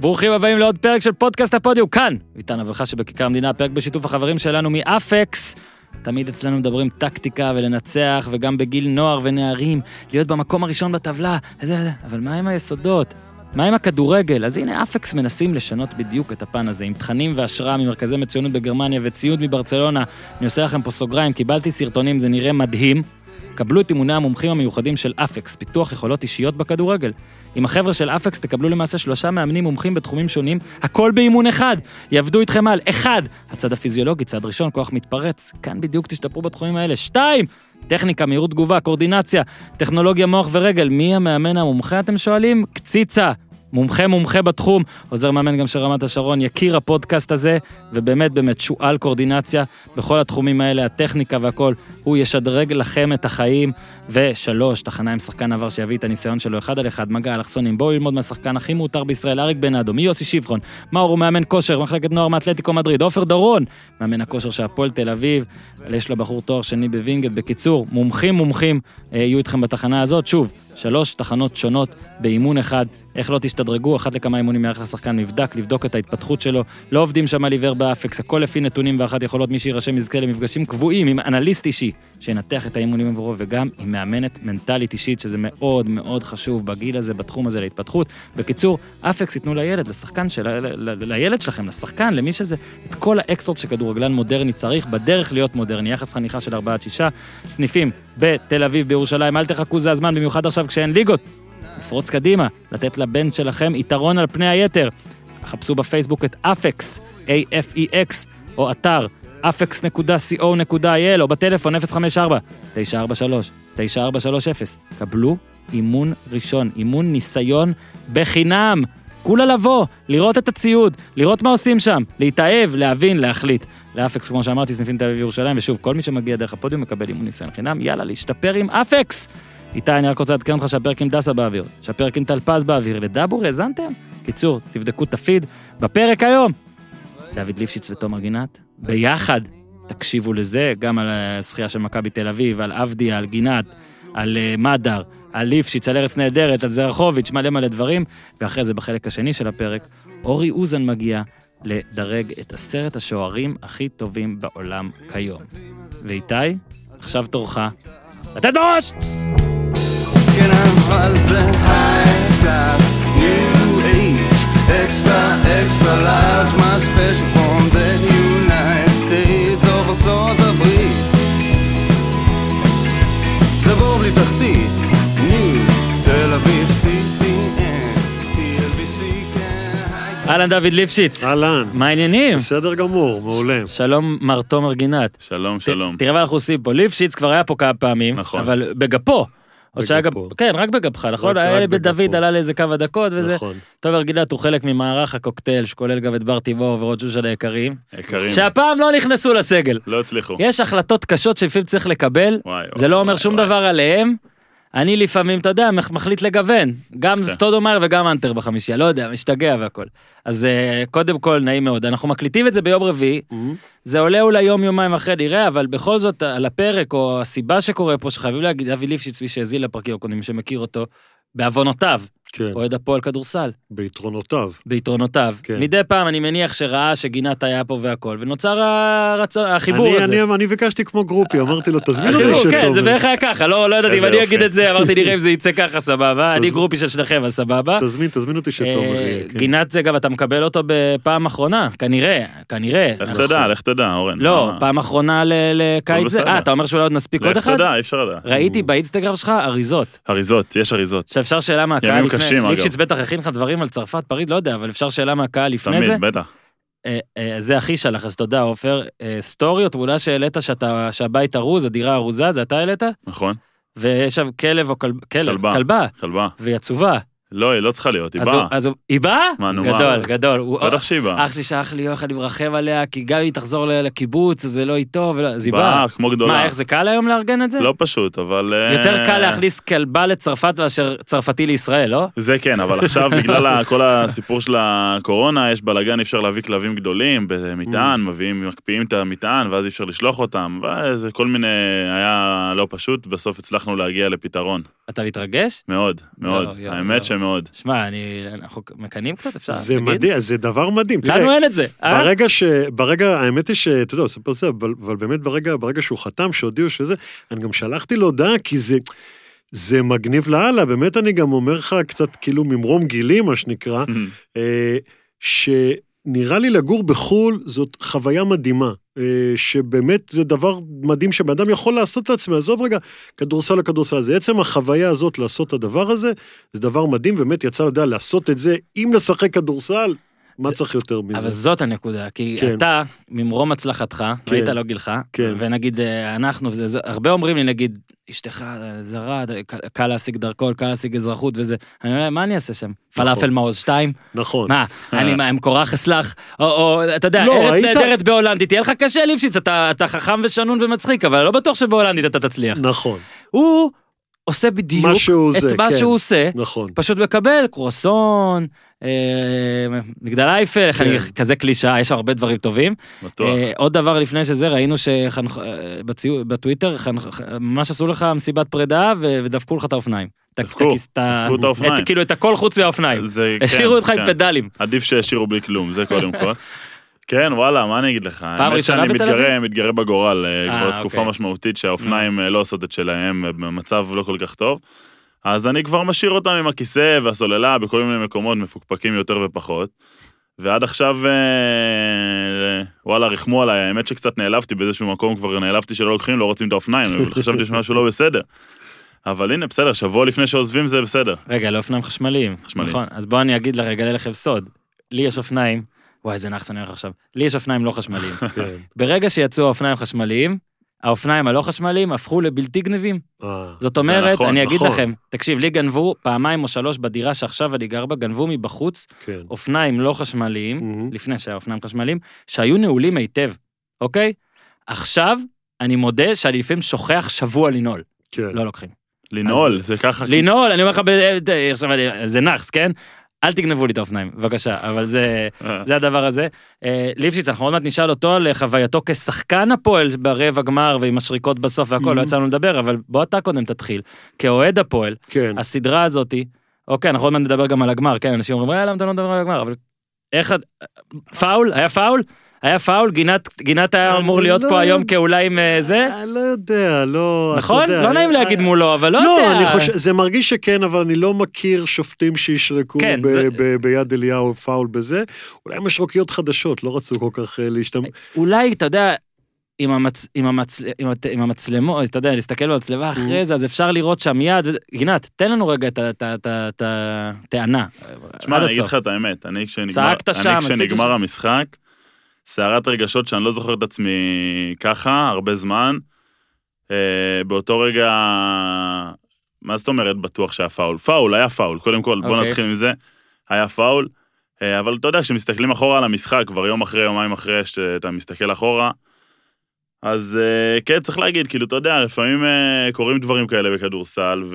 ברוכים הבאים לעוד פרק של פודקאסט הפודיו, כאן, איתן אברכה שבכיכר המדינה, פרק בשיתוף החברים שלנו מאפקס. תמיד אצלנו מדברים טקטיקה ולנצח, וגם בגיל נוער ונערים, להיות במקום הראשון בטבלה, אבל מה עם היסודות? מה עם הכדורגל? אז הנה, אפקס מנסים לשנות בדיוק את הפן הזה, עם תכנים והשראה ממרכזי מצוינות בגרמניה וציוד מברצלונה. אני עושה לכם פה סוגריים, קיבלתי סרטונים, זה נראה מדהים. קבלו את אימוני המומחים המיוחדים של אפקס, פיתוח יכולות אישיות בכדורגל. עם החבר'ה של אפקס תקבלו למעשה 3 מאמנים מומחים בתחומים שונים, הכל באימון אחד. יעבדו איתכם על 1. הצד הפיזיולוגי, צד ראשון, כוח מתפרץ. כאן בדיוק תשתפרו בתחומים האלה. 2. טכניקה, מהירות תגובה, קואורדינציה, טכנולוגיה, מוח ורגל. מי המאמן המומחה, אתם שואלים? קציצה. מומחה בתחום, עוזר מאמן גם של רמת השרון, יכיר הפודקאסט הזה, ובאמת שואל קואורדינציה, בכל התחומים האלה, הטכניקה והכל, הוא ישדרג לכם את החיים, ו3, תחנה עם שחקן עבר שיביא את הניסיון שלו, 1 על 1, מגע, אלכסונים, בואו ללמוד מהשחקן הכי מותר בישראל, אריק בנאדו, מיוסי שפחון, מאור מאמן כושר, מחלקת נוער מאתלטיקו מדריד, עופר דורון, מאמן הכושר של הפועל תל אביב, יש לו בחור תואר שני בווינגייט, בקיצור, מומחים, יהיו איתכם בתחנה הזאת, שוב, 3 תחנות שונות באימון אחד, איך לא תשתדרגו, 1 לכמה אימונים מערך לשחקן מבדק, לבדוק את ההתפתחות שלו, לא עובדים שם על עיוור באפקס, הכל לפי נתונים ואחת יכולות, מי שירשם יזכה למפגשים קבועים עם אנליסט אישי, שינתח את האימונים עבורו, וגם עם מאמנת מנטלית אישית, שזה מאוד מאוד חשוב בגיל הזה, בתחום הזה להתפתחות. בקיצור, אפקס ייתנו לילד, לשחקן לילד שלכם, לשחקן, למי שזה, את כל האקסטרות שכדורגלן מודרני צריך, בדרך להיות מודרני, יחס חניכה של 4-6, סניפים בתל אביב, בירושלים, אל תחכו, זה הזמן, במיוחד עכשיו כשאין ליגות. לפרוץ קדימה, לתת לבן שלכם יתרון על פני היתר. חפשו בפייסבוק את אפקס, AFEX, או אתר afex.co.il, או בטלפון 054-943-9430. קבלו אימון ראשון, אימון ניסיון בחינם. כולה לבוא, לראות את הציוד, לראות מה עושים שם, להתאהב, להבין, להחליט. לאפקס, כמו שאמרתי, סניפים תל אביב ירושלים, ושוב, כל מי שמגיע דרך הפודיום מקבל אימון ניסיון חינם. יאללה, להשתפר עם אפקס. איתי, אני רק רוצה להתקרן אותך שהפרק עם דסה באוויר, שהפרק עם טלפז באוויר, לדאבור, האזנתם? קיצור, תבדקו את הפיד. בפרק היום, דוד ליפשיץ ותומר גינת, ביחד, תקשיבו לזה, גם על השחייה של מכבי תל אביב, על אבדיה, על גינת, על מדר, על ליפשיץ, על ארץ נהדרת, על זרחוביץ', מלא דברים, ואחרי זה בחלק השני של הפרק, אורי אוזן מגיע לדרג את 10 השוערים הכי טובים בעולם כיום. ואיתי, עכשיו תורך, לתת בראש! כן, אבל זה high class, new age, extra large, my special from the United States of ארצות הברית. זה בור בלי תחתית, new, תל אביב, CPN, TLBC, כן, אהלן דוד ליפשיץ. אהלן. מה העניינים? בסדר גמור, מעולה. שלום מר תומר גינת. שלום. תראה מה אנחנו עושים פה, ליפשיץ כבר היה פה כמה פעמים, נכון. אבל בגפו. כן, רק בגפך, נכון? היה לי בדוד, עלה לאיזה כמה דקות וזה. נכון. תומר גינת הוא חלק ממערך הקוקטייל, שכולל גם את בר טיבור ורות שושן היקרים. יקרים. שהפעם לא נכנסו לסגל. לא הצליחו. יש החלטות קשות שלפעמים צריך לקבל, וואי, זה לא אומר וואי, שום וואי. דבר עליהם. אני לפעמים, אתה יודע, מחליט לגוון. גם סטודומר וגם אנטר בחמישיה, לא יודע, משתגע והכל. אז קודם כל, נעים מאוד. אנחנו מקליטים את זה ביום רביעי, זה עולה אולי יומיים אחרי, נראה, אבל בכל זאת, על הפרק, או הסיבה שקורה פה, שחייבים להגיד, אבי ליפשיץ, מי שהזיל לפרקים הקודמים, שמכיר אותו, בעוונותיו, כן. אוהד הפועל כדורסל. ביתרונותיו. כן. מדי פעם אני מניח שראה שגינת היה פה והכל, ונוצר החיבור הזה. אני ביקשתי כמו גרופי, אמרתי לו, תזמין אותי החיבור, כן, שטוב. זה בערך היה ככה, לא ידעתי, אם אני יופי. אגיד את זה, אמרתי נראה אם זה יצא ככה, סבבה, אני גרופי של שניכם, אז סבבה. תזמין אותי שטוב. גינת זה גם, אתה מקבל אותו בפעם אחרונה, כנראה. לך תדע, אורן. לא, פעם אחרונה לקיץ זה. אתה אומר שאולי עוד נספיק עוד אחד? לך תדע, אי אפשר לדעת. ראיתי באינסטגרם שלך אריזות. יש אריזות. שאפשר שאלה מהקהל ימים לפני, קשים, אגב. ליפשיץ בטח הכין לך דברים על צרפת, פריז, לא יודע, אבל אפשר שאלה מהקהל לפני זה. תמיד, בטח. זה הכי שלך, אז תודה, עופר. סטוריות, תמונה שהעלית שהבית ארוז, הדירה ארוזה, זה אתה העלית? נכון. ויש שם כלב או כלבה. והיא עצובה. לא, היא לא צריכה להיות, היא באה. אז היא באה? מה, נו, מה? גדול. בטח שהיא באה. אח שלי שלח לי יוחד לברחב עליה, כי גם היא תחזור לקיבוץ, אז זה לא איתו, אז היא באה, באה. כמו גדולה. מה, איך זה קל היום לארגן את זה? לא פשוט, אבל... יותר קל להכניס כלבה לצרפת מאשר צרפתי לישראל, לא? זה כן, אבל עכשיו בגלל כל הסיפור של הקורונה, יש בלגן, אי אפשר להביא כלבים גדולים במטען, מקפיאים את המטען, ואז אי אפשר לשלוח אותם, וזה כל מיני, היה לא פשוט, בסוף הצלחנו להגיע לפתרון. אתה מתרגש? מאוד. האמת מאוד. שמע, אנחנו מקנים קצת, אפשר, זה תגיד? מדהים, זה דבר מדהים. לנו אין את זה. ברגע, האמת היא שאתה יודע, ספר זה, אבל באמת ברגע שהוא חתם, שהודיעו שזה, אני גם שלחתי לו הודעה, כי זה מגניב להלאה, באמת אני גם אומר לך קצת כאילו ממרום גילי, מה שנקרא, שנראה לי לגור בחול, זאת חוויה מדהימה, שבאמת זה דבר מדהים שבאדם יכול לעשות לעצמי, עזוב רגע, כדורסל לכדורסל, זה עצם החוויה הזאת לעשות את הדבר הזה, זה דבר מדהים, באמת יצא לדעת לעשות את זה, אם לשחק כדורסל, מה צריך יותר מזה? אבל זאת הנקודה, כי אתה, ממרום הצלחתך, היית לא גילך, ונגיד אנחנו, הרבה אומרים לי, נגיד, אשתך זרה, קל להשיג דרכון, קל להשיג אזרחות וזה, אני אומר, מה אני אעשה שם? פלאפל מעוז 2? נכון. מה, אני עם קורח אסלח, או אתה יודע, ארץ נהדרת בהולנדית, תהיה לך קשה ליפשיץ, אתה חכם ושנון ומצחיק, אבל לא בטוח שבהולנדית אתה תצליח. נכון. הוא עושה בדיוק את מה שהוא עושה, פשוט מקבל קרואסון, מגדל אייפל, כזה קלישה, יש הרבה דברים טובים. עוד דבר לפני שזה, ראינו שבטוויטר, ממש עשו לך מסיבת פרידה, ודפקו לך את האופניים. דפקו את האופניים. כאילו את הכל חוץ מהאופניים. השאירו אותך עם פדלים. עדיף שהשאירו בלי כלום, זה קודם כל. כן, וואלה, מה אני אגיד לך? האמת שאני מתגרה בגורל כבר תקופה משמעותית שהאופניים לא עושות את שלהם במצב לא כל כך טוב. אז אני כבר משאיר אותם עם הכיסא והסוללה בכל מיני מקומות מפוקפקים יותר ופחות. ועד עכשיו, וואלה, רחמו עליי. האמת שקצת נעלבתי באיזשהו מקום, כבר נעלבתי שלא לוקחים, לא רוצים את האופניים, אבל חשבתי שמשהו לא בסדר. אבל הנה, בסדר, שבוע לפני שעוזבים זה בסדר. רגע, לא אופניים חשמליים. נכון, אז בוא אני אגיד לרגע לכם סוד. לי יש אופניים, וואי, זה נחס אני הולך עכשיו. לי יש אופניים לא חשמליים. ברגע שיצאו האופניים חשמליים, האופניים הלא חשמליים הפכו לבלתי גנבים. זאת אומרת, אני אגיד לכם, תקשיב, לי גנבו פעמיים או 3 בדירה שעכשיו אני גר בה, גנבו מבחוץ, אופניים לא חשמליים, לפני שהיה אופניים חשמליים, שהיו נעולים היטב, אוקיי? עכשיו, אני מודה שאני לפעמים שוכח שבוע לנעול. לא לוקחים. לנעול, זה ככה... לנעול, אני אומר לך, זה נחס, כן? אל תגנבו לי את האופניים, בבקשה, אבל זה הדבר הזה. ליפשיץ, אנחנו עוד מעט נשאל אותו על חווייתו כשחקן הפועל ברבע גמר, ועם השריקות בסוף והכל, לא יצאנו לדבר, אבל בוא אתה קודם תתחיל. כאוהד הפועל, הסדרה הזאת, אוקיי, אנחנו עוד מעט נדבר גם על הגמר, כן, אנשים אומרים, למה אתה לא מדבר על הגמר, אבל איך... פאול? היה פאול? היה פאול? גינת היה אמור להיות פה היום כאולי עם זה? לא יודע, לא... נכון? לא נעים להגיד מולו, אבל לא יודע. לא, אני חושב, זה מרגיש שכן, אבל אני לא מכיר שופטים שישרקו ביד אליהו פאול בזה. אולי הם משרוקיות חדשות, לא רצו כל כך להשתמש. אולי, אתה יודע, עם המצלמות, אתה יודע, להסתכל במצלמה אחרי זה, אז אפשר לראות שם מיד, גינת, תן לנו רגע את הטענה. תשמע, אני אגיד לך את האמת, אני כשנגמר המשחק, סערת רגשות שאני לא זוכר את עצמי ככה, הרבה זמן. באותו רגע, מה זאת אומרת בטוח שהיה פאול? פאול, היה פאול. קודם כל, בוא נתחיל מזה. היה פאול. אבל אתה יודע, כשמסתכלים אחורה על המשחק, כבר יום אחרי, יומיים אחרי, שאתה מסתכל אחורה, אז כן, צריך להגיד, כאילו, אתה יודע, לפעמים קורים דברים כאלה בכדורסל,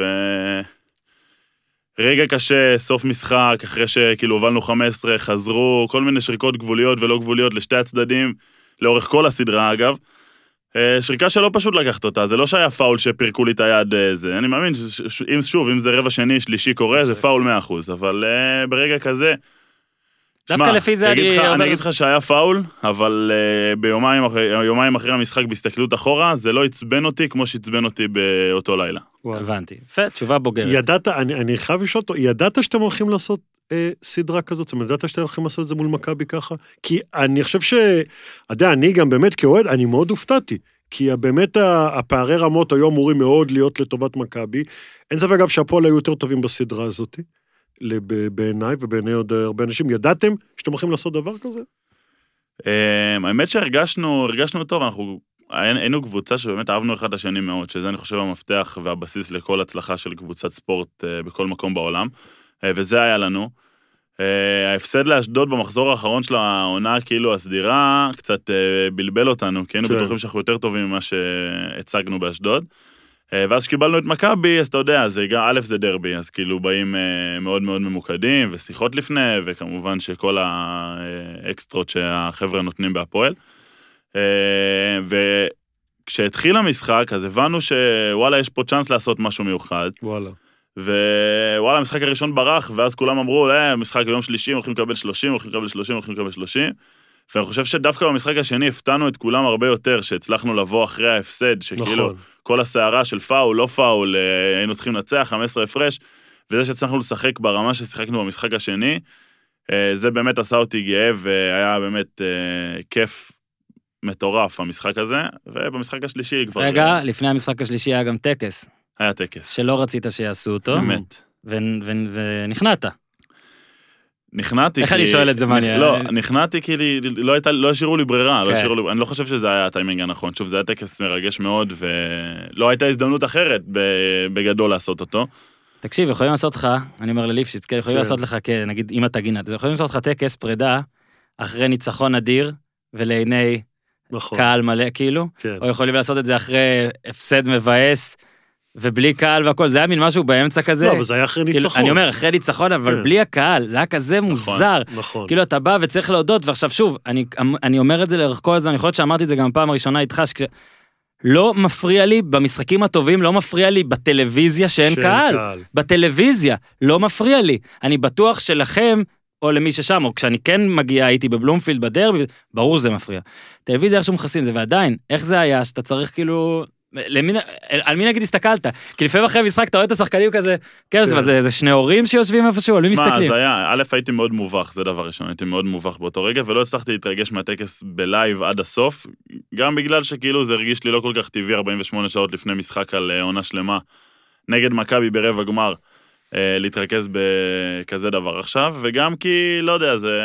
רגע קשה, סוף משחק, אחרי שכאילו הובלנו 15, חזרו, כל מיני שריקות גבוליות ולא גבוליות לשתי הצדדים, לאורך כל הסדרה אגב. שריקה שלא פשוט לקחת אותה, זה לא שהיה פאול שפרקו לי את היד זה, אני מאמין, אם זה רבע שני, שלישי קורה, זה פאול 100%, אבל ברגע כזה, דווקא לפי זה אני אגיד לך שהיה פאול, אבל ביומיים אחרי המשחק בהסתכלות אחורה, זה לא עצבן אותי כמו שעצבן אותי באותו לילה. הבנתי. יפה, תשובה בוגרת. ידעת, אני חייב לשאול אותו, ידעת שאתם הולכים לעשות סדרה כזאת? זאת אומרת, ידעת שאתם הולכים לעשות את זה מול מכבי ככה? כי אני חושב אני גם באמת כאוהד, אני מאוד הופתעתי. כי באמת הפערי רמות היום אמורים מאוד להיות לטובת מכבי. אין ספק אגב שהפועל היו יותר טובים בסדרה הזאת. בעיניי ובעיני עוד הרבה אנשים. ידעתם שאתם הולכים לעשות דבר כזה? האמת שהרגשנו טוב, אנחנו היינו קבוצה שבאמת אהבנו אחד השני מאוד, שזה אני חושב המפתח והבסיס לכל הצלחה של קבוצת ספורט בכל מקום בעולם, וזה היה לנו. ההפסד לאשדוד במחזור האחרון של העונה, כאילו הסדירה, קצת בלבל אותנו, כי היינו בטוחים שאנחנו יותר טובים ממה שהצגנו באשדוד. ואז שקיבלנו את מכבי, אז אתה יודע, א' זה דרבי, אז כאילו באים מאוד מאוד ממוקדים, ושיחות לפני, וכמובן שכל האקסטרות שהחבר'ה נותנים בהפועל. וכשהתחיל המשחק, אז הבנו שוואלה, יש פה צ'אנס לעשות משהו מיוחד. וואלה. ווואלה, המשחק הראשון ברח, ואז כולם אמרו, משחק יום שלישי, הולכים לקבל 30, הולכים לקבל 30, הולכים לקבל 30, ואני חושב שדווקא במשחק השני הפתענו את כולם הרבה יותר, שהצלחנו לבוא אחרי ההפסד, שכאילו כל הסערה של פאול, לא פאול, היינו צריכים לנצח, 15 הפרש, וזה שהצלחנו לשחק ברמה ששיחקנו במשחק השני, זה באמת עשה אותי גאה, והיה באמת כיף מטורף המשחק הזה, ובמשחק השלישי כבר... רגע, לפני המשחק השלישי היה גם טקס. היה טקס. שלא רצית שיעשו אותו. באמת. ונכנעת. נכנעתי. איך אני שואל את זה, מה אני... לא, נכנעתי כי לא השאירו לי ברירה, אני לא חושב שזה היה הטיימינג הנכון. שוב, זה היה טקס מרגש מאוד, ולא הייתה הזדמנות אחרת בגדול לעשות אותו. תקשיב, יכולים לעשות לך, אני אומר לליפשיץ, יכולים לעשות לך, נגיד, אם אתה גינת, יכולים לעשות לך טקס פרידה, אחרי ניצחון אדיר, ולעיני קהל מלא, כאילו, או יכולים לעשות את זה אחרי הפסד מבאס, ובלי קהל והכל, זה היה מין משהו באמצע כזה. לא, אבל זה היה אחרי ניצחון. אני אומר, אחרי ניצחון, אבל בלי הקהל, זה היה כזה מוזר. נכון. כאילו, אתה בא וצריך להודות, ועכשיו שוב, אני אומר את זה לאורך כל הזמן, אני חושב שאמרתי את זה גם פעם הראשונה איתך, לא מפריע לי, במשחקים הטובים, לא מפריע לי בטלוויזיה שאין קהל. בטלוויזיה, לא מפריע לי. אני בטוח שלכם, או למי ששם, או כשאני כן מגיע, הייתי בבלומפילד, בדרבי, ברור זה מפריע. טלוויזיה, איך שהוא מכסים זה, ועדיין, איך זה היה, שאתה צריך כאילו... על מי נגיד הסתכלת? כי לפעמים אחרי משחק אתה רואה את השחקנים כזה, כן, זה שני הורים שיושבים איפשהו, על מי מסתכלים? זה היה, א' הייתי מאוד מובך, זה דבר ראשון, הייתי מאוד מובך באותו רגע, ולא הצלחתי להתרגש מהטקס בלייב עד הסוף, גם בגלל שכאילו זה הרגיש לי לא כל כך טבעי 48 שעות לפני משחק על עונה שלמה, נגד מכבי ברבע גמר, להתרכז בכזה דבר עכשיו, וגם כי, לא יודע, זה...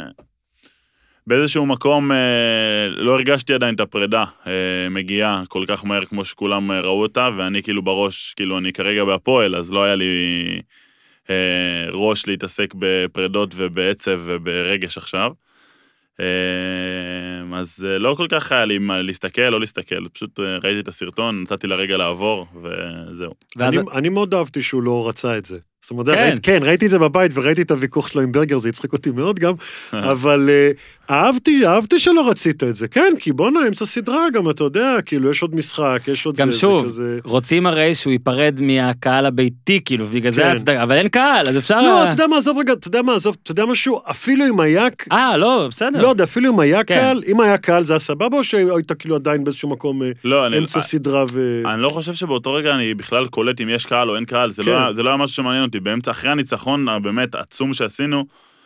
באיזשהו מקום לא הרגשתי עדיין את הפרידה מגיעה כל כך מהר כמו שכולם ראו אותה, ואני כאילו בראש, כאילו אני כרגע בהפועל, אז לא היה לי ראש להתעסק בפרידות ובעצב וברגש עכשיו. אז לא כל כך היה לי להסתכל, לא להסתכל, פשוט ראיתי את הסרטון, נתתי לרגע לעבור, וזהו. אני מאוד אהבתי שהוא לא רצה את זה. זאת אומרת, כן, ראיתי את זה בבית, וראיתי את הוויכוח שלו עם ברגר, זה יצחק אותי מאוד גם, אבל אהבתי שלא רצית את זה, כן, כי בוא אמצע סדרה גם, אתה יודע, כאילו, יש עוד משחק, יש עוד זה, גם שוב, רוצים הרי שהוא ייפרד מהקהל הביתי, כאילו, בגלל זה הצדקה, אבל אין קהל, אז אפשר... לא, אתה יודע מה, עזוב רגע, אתה יודע משהו, אפילו אם היה... לא, בסדר. לא, אפילו אם היה קהל, אם היה קהל זה הסבבה, או שהיית כאילו עדיין באיזשהו מקום אמצע סדרה ו... אני לא חושב שבאותו רגע אני בכלל קולט אם יש קהל או אין קהל, זה לא היה משהו שמעניין אותי. באמצע, אחרי הניצחון הבאמת עצום שעשינו,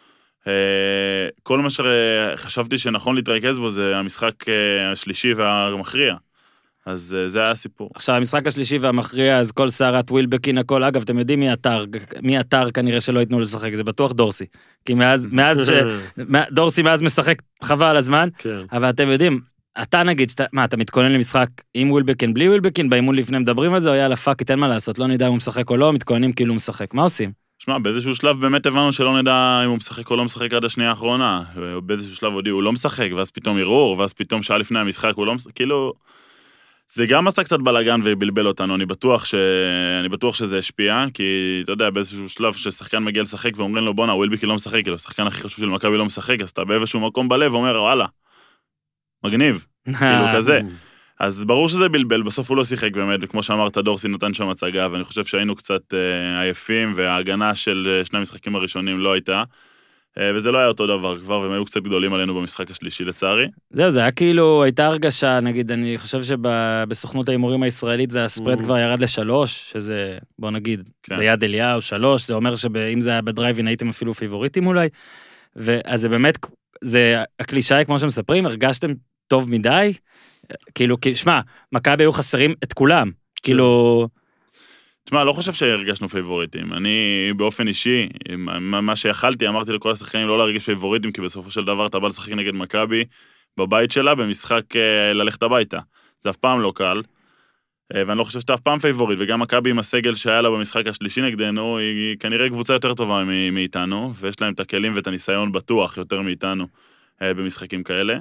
כל מה שחשבתי שנכון להתרכז בו זה המשחק השלישי והמכריע. אז זה היה הסיפור. עכשיו, המשחק השלישי והמכריע, אז כל סערת ווילבקין, הכל, אגב, אתם יודעים מי אתר כנראה שלא ייתנו לשחק, זה בטוח דורסי. כי דורסי מאז משחק חבל על הזמן, אבל אתם יודעים, אתה נגיד, אתה מתכונן למשחק עם ווילבקין, בלי ווילבקין, באימון לפני מדברים על זה, או יאללה פאק, אין מה לעשות, לא נדע אם הוא משחק או לא, מתכוננים כאילו הוא משחק. מה עושים? שמע, באיזשהו שלב באמת הבנו שלא נדע אם הוא משחק או לא משחק עד השנייה האחרונה, ובאיזשהו שלב הודיעו, הוא לא משחק, ואז פתאום ערעור, ואז פתאום שעה לפני המשחק, הוא לא משחק, כאילו... זה גם עשה קצת בלגן ובלבל אותנו, אני בטוח שזה השפיע, כי אתה יודע, באיזשהו שלב ששחקן מגיע לשחק ואומרים לו, בונה, ווילבקין לא משחק, כאילו, השחקן הכי חשוב של מכבי לא משחק, אז אתה באיזשהו מקום בלב ואומר, וואלה, מגניב, כאילו כזה. אז ברור שזה בלבל, בסוף הוא לא שיחק באמת, וכמו שאמרת, דורסי נתן שם הצגה, ואני חושב שהיינו קצת עייפים, וההגנה של שני המשחקים הראשונים לא הייתה, וזה לא היה אותו דבר כבר, והם היו קצת גדולים עלינו במשחק השלישי לצערי. זהו, זה היה כאילו, הייתה הרגשה, נגיד, אני חושב שבסוכנות ההימורים הישראלית, זה הספרד כבר ירד ל3, שזה, בוא נגיד, ביד אליהו, 3, זה אומר שאם זה היה בדרייבין, הייתם אפילו פיבוריטים אולי, אז זה באמת, זה הקלישאי, כמו שמספרים, הרגשתם טוב מדי, כאילו, שמע, מכבי היו חסרים את כולם, כאילו... תשמע, לא חושב שהרגשנו פייבוריטים. אני באופן אישי, מה שיכלתי, אמרתי לכל השחקנים לא להרגיש פייבוריטים, כי בסופו של דבר אתה בא לשחק נגד מכבי בבית שלה, במשחק ללכת הביתה. זה אף פעם לא קל, ואני לא חושב שאתה אף פעם פייבוריט, וגם מכבי עם הסגל שהיה לה במשחק השלישי נגדנו, היא כנראה קבוצה יותר טובה מאיתנו, ויש להם את הכלים ואת הניסיון בטוח יותר מאיתנו במשחקים כאלה.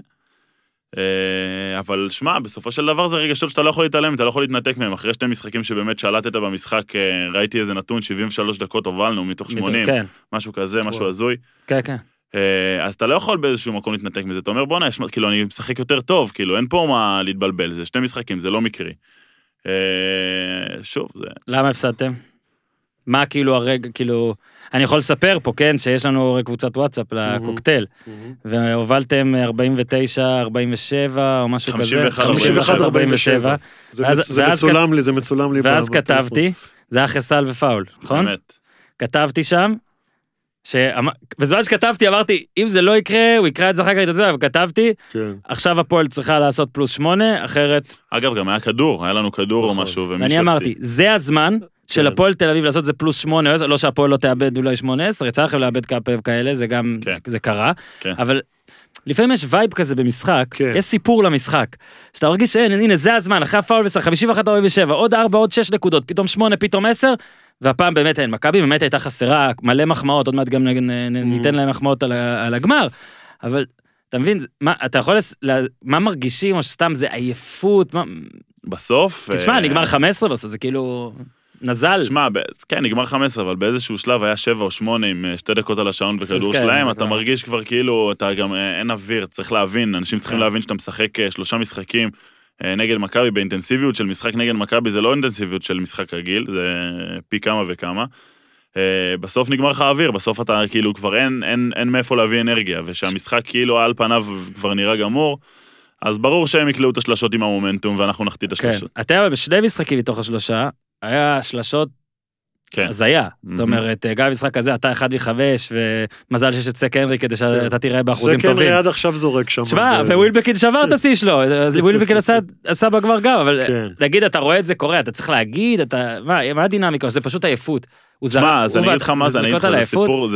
אבל שמע, בסופו של דבר זה רגשות שאתה לא יכול להתעלם, אתה לא יכול להתנתק מהם. אחרי שתי משחקים שבאמת שלטת במשחק, ראיתי איזה נתון, 73 דקות הובלנו מתוך 80, משהו כזה, משהו הזוי. כן, כן. אז אתה לא יכול באיזשהו מקום להתנתק מזה. אתה אומר, בוא כאילו, אני משחק יותר טוב, כאילו, אין פה מה להתבלבל, זה שתי משחקים, זה לא מקרי. שוב, זה... למה הפסדתם? מה כאילו הרגע, כאילו, אני יכול לספר פה, כן, שיש לנו קבוצת וואטסאפ לקוקטייל, והובלתם 49, 47, או משהו כזה. 51, 47. זה מצולם לי. ואז כתבתי, זה היה חסל ופאול, נכון? באמת. כתבתי שם, בזמן שכתבתי, אמרתי, אם זה לא יקרה, הוא יקרא את זה אחר כך יתעצבן, אבל כתבתי, עכשיו הפועל צריכה לעשות +8, אחרת... אגב, גם היה כדור, היה לנו כדור או משהו, ואני אמרתי, זה הזמן של הפועל תל אביב לעשות זה +8, לא שהפועל לא תאבד אולי 18, יצא לכם לאבד כמה כאלה, זה גם, זה קרה, אבל לפעמים יש וייב כזה במשחק, יש סיפור למשחק, שאתה מרגיש שהנה זה הזמן, אחרי הפאול וסר, 51-47, עוד 4, עוד 6 נקודות, פתאום 8, פתאום 10, והפעם באמת אין, מכבי באמת הייתה חסרה, מלא מחמאות, עוד מעט גם ניתן להם מחמאות על הגמר, אבל אתה מבין, אתה יכול, מה מרגישים, או שסתם זה עייפות, בסוף... תשמע, נגמר 15 בסוף, זה כאילו נזל. תשמע, כן, נגמר 15, אבל באיזשהו שלב היה 7 או 8 עם 2 דקות על השעון וכדור שלהם, אתה מרגיש כבר כאילו, אתה גם אין אוויר, צריך להבין, אנשים צריכים להבין שאתה משחק 3 משחקים, נגד מכבי באינטנסיביות של משחק נגד מכבי, זה לא אינטנסיביות של משחק רגיל, זה פי כמה וכמה. בסוף נגמר לך האוויר, בסוף אתה כאילו כבר אין מאיפה להביא אנרגיה, ושהמשחק כאילו על פניו כבר נראה גמור, אז ברור שהם יקלעו את השלשות עם המומנטום, ואנחנו נחטיא את השלשות. אתה בשני משחקים מתוך השלושה, היה שלשות הזיה. זאת אומרת, גם במשחק הזה, אתה 1-5, ומזל שיש את סק הנרי כדי שאתה תראה באחוזים טובים. סק הנרי עד עכשיו זורק שם. שמע, ווילבקין שבר את השיא שלו, אז ווילבקין עשה בגמר גם, אבל נגיד, אתה רואה את זה קורה, אתה צריך להגיד, מה הדינמיקה? זה פשוט עייפות. שמע, אז אני אגיד לך מה זה, אני אגיד לך לסיפור,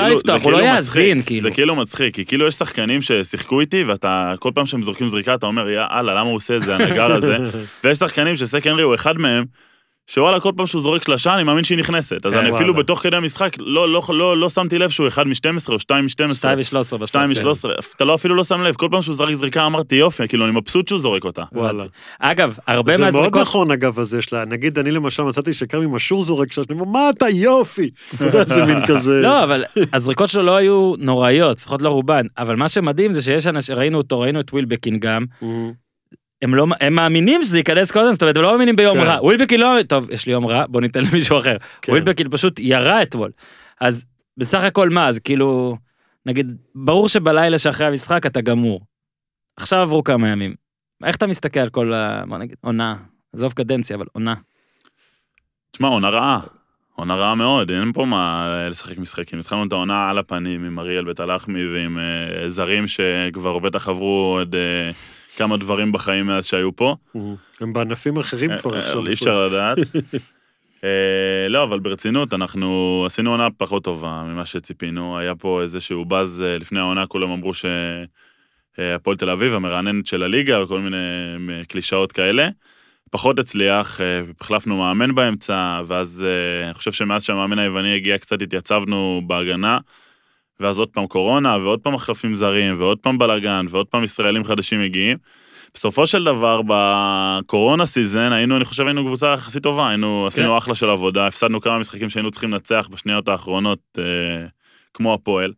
זה כאילו מצחיק, כי כאילו יש שחקנים ששיחקו איתי, ואתה כל פעם שהם זורקים זריקה, אתה אומר, יאללה, למה הוא עושה את זה, הנגר הזה, ויש שחקנים שסק הנרי הוא אחד מהם, שוואלה, כל פעם שהוא זורק שלשה, אני מאמין שהיא נכנסת. אז אני אפילו בתוך כדי המשחק, לא שמתי לב שהוא 1 מ-12 או 2 מ-12. 2 מ-13 בסוף. 2 מ-13. אתה לא אפילו לא שם לב. כל פעם שהוא זרק זריקה, אמרתי, יופי, כאילו, אני מבסוט שהוא זורק אותה. וואלה. אגב, הרבה מהזריקות... זה מאוד מהזריקות... נכון, אגב, הזה שלה. נגיד, אני למשל מצאתי שקם עם השור זורק שלש, אני אומר, מה אתה יופי? אתה יודע, זה מין כזה... לא, אבל הזריקות שלו לא היו נוראיות, לפחות לא רובן. אבל מה שמדהים זה שיש אנשים, ראינו את ווילבקין גם, הם מאמינים שזה ייכנס כל הזמן, זאת אומרת, הם לא מאמינים ביום רע. ווילבקין לא, טוב, יש לי יום רע, בוא ניתן למישהו אחר. ווילבקין פשוט ירה אתמול. אז בסך הכל מה, אז כאילו, נגיד, ברור שבלילה שאחרי המשחק אתה גמור. עכשיו עברו כמה ימים. איך אתה מסתכל על כל, מה נגיד, עונה, עזוב קדנציה, אבל עונה. תשמע, עונה רעה. עונה רעה מאוד, אין פה מה לשחק משחקים. התחלנו את העונה על הפנים עם אריאל בית הלחמי ועם זרים שכבר בטח עברו עוד... כמה דברים בחיים מאז שהיו פה. הם בענפים אחרים כבר. אי אפשר לדעת. לא, אבל ברצינות, אנחנו עשינו עונה פחות טובה ממה שציפינו. היה פה איזשהו בז לפני העונה, כולם אמרו שהפועל תל אביב, המרעננת של הליגה, וכל מיני קלישאות כאלה. פחות הצליח, החלפנו מאמן באמצע, ואז אני חושב שמאז שהמאמן היווני הגיע, קצת התייצבנו בהגנה, ואז עוד פעם קורונה, ועוד פעם מחלפים זרים, ועוד פעם בלגן, ועוד פעם ישראלים חדשים מגיעים. בסופו של דבר, בקורונה סיזן, אני חושב, היינו קבוצה יחסית טובה, עשינו אחלה של עבודה, הפסדנו כמה משחקים שהיינו צריכים לנצח בשניות האחרונות, כמו הפועל.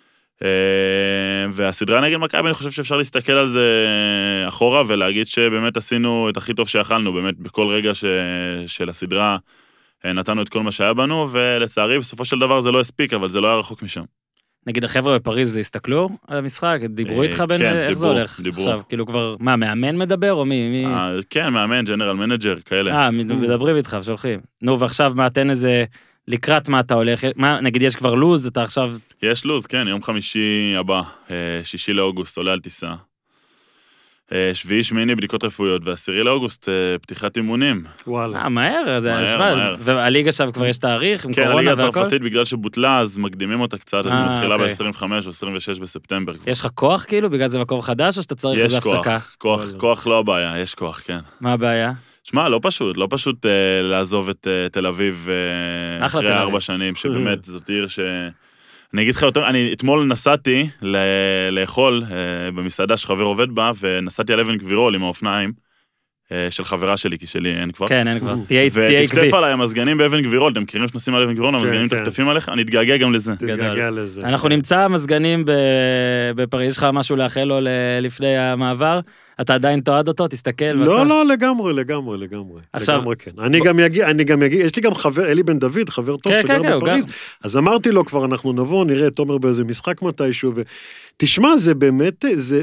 והסדרה נגד מכבי, אני חושב שאפשר להסתכל על זה אחורה, ולהגיד שבאמת עשינו את הכי טוב שאכלנו, באמת בכל רגע של הסדרה, נתנו את כל מה שהיה בנו, ולצערי, בסופו של דבר זה לא הספיק, אבל זה לא היה רחוק משם. נגיד החבר'ה בפריז הסתכלו על המשחק, דיברו איתך בין איך זה הולך עכשיו, כאילו כבר, מה, מאמן מדבר או מי? כן, מאמן, ג'נרל מנג'ר, כאלה. מדברים איתך, שולחים. נו, ועכשיו מה, תן איזה, לקראת מה אתה הולך, נגיד יש כבר לוז, אתה עכשיו... יש לוז, כן, יום חמישי הבא, 6 לאוגוסט, עולה על טיסה. 7-8 בדיקות רפואיות, ו10 לאוגוסט פתיחת אימונים. וואלה. מהר, זה נשמע, והליגה עכשיו כבר יש תאריך, עם קורונה והכל? כן, הליגה והכל? הצרפתית, בגלל שבוטלה, אז מקדימים אותה קצת, אז היא מתחילה ב-25 או 26 בספטמבר. יש לך כוח כאילו, בגלל זה מקום חדש, או שאתה צריך איזה הפסקה? יש כוח לא הבעיה, יש כוח, כן. מה הבעיה? שמע, לא פשוט לעזוב את תל אביב אחרי 4 שנים, שבאמת זאת עיר ש... אני אגיד לך יותר, אני אתמול נסעתי לאכול במסעדה שחבר עובד בה, ונסעתי על אבן גבירול עם האופניים של חברה שלי, כי שלי אין כבר. כן, אין כבר. תהיה עקבי. ותפטף עליי המזגנים באבן גבירול, אתם מכירים שנוסעים על אבן גבירול, המזגנים תפטפים עליך, אני אתגעגע גם לזה. תתגעגע לזה. אנחנו נמצא מזגנים בפריז, יש לך משהו לאחל לו לפני המעבר, אתה עדיין תועד אותו, תסתכל. לא, לגמרי. עכשיו- לגמרי כן. אני גם אגיע, יש לי גם חבר, אלי בן דוד, חבר טוב כן, שגר כן, הוא בפריז, אז אמרתי לו כבר, אנחנו נבוא, נראה את תומר באיזה משחק מתישהו, תשמע, זה באמת,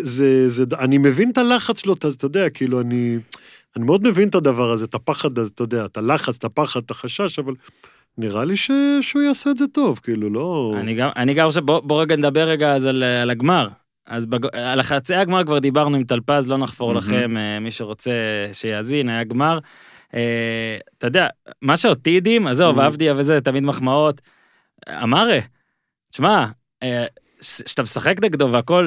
אני מבין את הלחץ שלו, אתה יודע, כאילו, אני מאוד מבין את הדבר הזה, את הפחד הזה, אתה יודע, את הלחץ, את הפחד, את החשש, אבל נראה לי שהוא יעשה את זה טוב, כאילו, לא... אני גם חושב, בוא רגע נדבר רגע אז על הגמר. אז על החצי הגמר כבר דיברנו עם טלפז, לא נחפור לכם, מי שרוצה שיאזין, היה גמר. אתה יודע, מה שאותי הדהים, עזוב, עבדיה וזה, תמיד מחמאות. אמרה, תשמע, שאתה משחק נגדו והכל,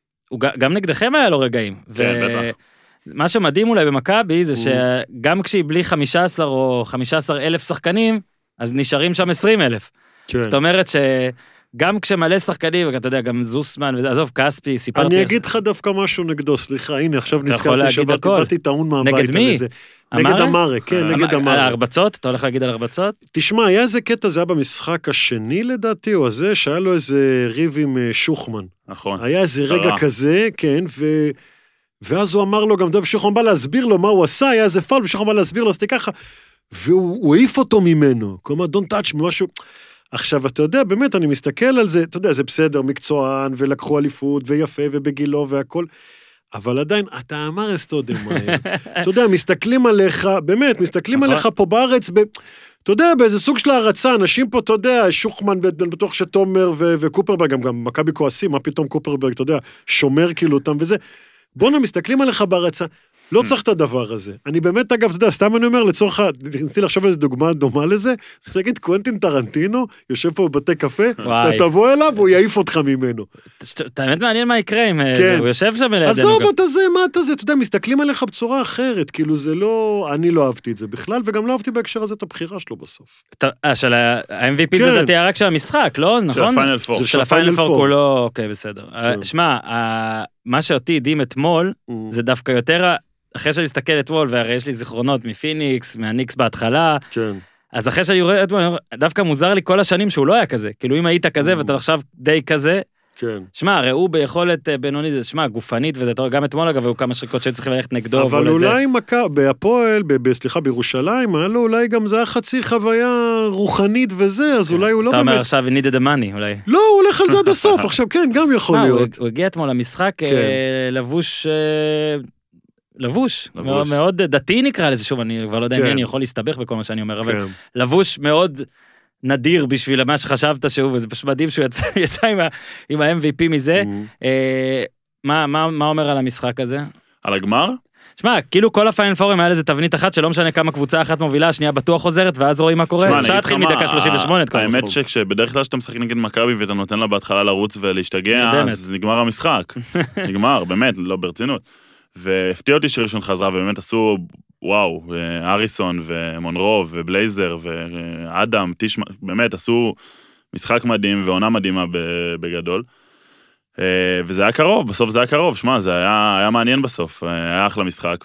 גם נגדכם היה לו רגעים. כן, בטח. מה שמדהים אולי במכבי זה שגם כשהיא בלי 15 או 15,000 שחקנים, אז נשארים שם 20,000. כן. זאת אומרת שגם כשמלא שחקנים, ואתה יודע, גם זוסמן, עזוב, כספי, סיפרתי... אני אגיד לך דווקא משהו נגדו, סליחה, הנה, עכשיו נזכרתי שבאתי טעון מהבית. נגד מי? נגד אמרה, כן, נגד אמרה. על ההרבצות? אתה הולך להגיד על ההרבצות? תשמע, היה איזה קטע, זה היה במשחק השני לדעתי, או הזה, שהיה לו איזה ריב עם שוחמן. נכון. היה איזה רגע כזה, כן, ואז הוא אמר לו, גם דב שוחמן בא להסביר לו מה הוא עשה, היה איזה פאול, ושוחמן בא להסביר לו, אז ככה, והוא העיף אותו ממנו, כלומר, don't touch משהו. עכשיו, אתה יודע, באמת, אני מסתכל על זה, אתה יודע, זה בסדר, מקצוען, ולקחו אליפות, ויפה, ובגילו, והכל, אבל עדיין, אתה אמר אסטודם, אתה יודע, מסתכלים עליך, באמת, מסתכלים עליך פה בארץ, אתה יודע, באיזה סוג של הערצה, אנשים פה, אתה יודע, שוחמן, בטוח שתומר וקופרברג, גם מכבי כועסים, מה פתאום קופרברג, אתה יודע, שומר כאילו אותם וזה, בואו מסתכלים עליך בהרצה, לא צריך את הדבר הזה. אני באמת, אגב, אתה יודע, סתם אני אומר, לצורך, ניסיתי לחשוב איזו דוגמה דומה לזה, זה נגיד קוונטין טרנטינו, יושב פה בבתי קפה, אתה תבוא אליו, הוא יעיף אותך ממנו. האמת מעניין מה יקרה אם הוא יושב שם לידינו. עזוב אתה זה, מה אתה זה, אתה יודע, מסתכלים עליך בצורה אחרת, כאילו זה לא, אני לא אהבתי את זה בכלל, וגם לא אהבתי בהקשר הזה את הבחירה שלו בסוף. של ה-MVP זה דעתי רק של המשחק, לא? נכון? של הפיינל פור. של הפיינל פור כולו, אוקיי, בסדר. שמע, מה שאותי הדהים אתמול, זה דווקא יותר, אחרי שאני מסתכל אתמול, והרי יש לי זיכרונות מפיניקס, מהניקס בהתחלה, כן. אז אחרי שאני רואה אתמול, דווקא מוזר לי כל השנים שהוא לא היה כזה, כאילו אם היית כזה ואתה עכשיו די כזה, כן. שמע, ראו ביכולת בינוני, זה שמע, גופנית, וזה גם אתמול אגב, היו כמה שריקות שהיו צריכים ללכת נגדו, אבל אולי בהפועל, סליחה, בירושלים, היה לו אולי גם זה היה חצי חוויה רוחנית וזה, אז אולי הוא לא באמת... באמת... אתה אומר עכשיו, he needed the money, אולי. לא, הוא הולך על זה עד הסוף, עכשיו כן, גם יכול להיות. הוא הגיע אתמול למשחק לבוש, מאוד דתי נקרא לזה, שוב, אני כבר לא יודע אם אני יכול להסתבך בכל מה שאני אומר, אבל לבוש מאוד נדיר בשביל מה שחשבת שהוא, וזה פשוט מדהים שהוא יצא עם ה-MVP מזה. מה אומר על המשחק הזה? על הגמר? שמע, כאילו כל הפיינל פורים היה לזה תבנית אחת, שלא משנה כמה קבוצה אחת מובילה, השנייה בטוח חוזרת, ואז רואים מה קורה. אפשר להתחיל מדקה 38 את כל הסיפור. האמת שכשבדרך כלל שאתה משחק נגד מכבי, ואתה נותן לה בהתחלה לרוץ ולהשתגע, אז נגמר המשחק. נגמר, באמת, לא ברצינות. והפתיע אותי שראשון חזרה, ובאמת עשו, וואו, אריסון ומונרו ובלייזר ואדם, טישמן, באמת עשו משחק מדהים ועונה מדהימה בגדול. וזה היה קרוב, בסוף זה היה קרוב, שמע, זה היה מעניין בסוף, היה אחלה משחק,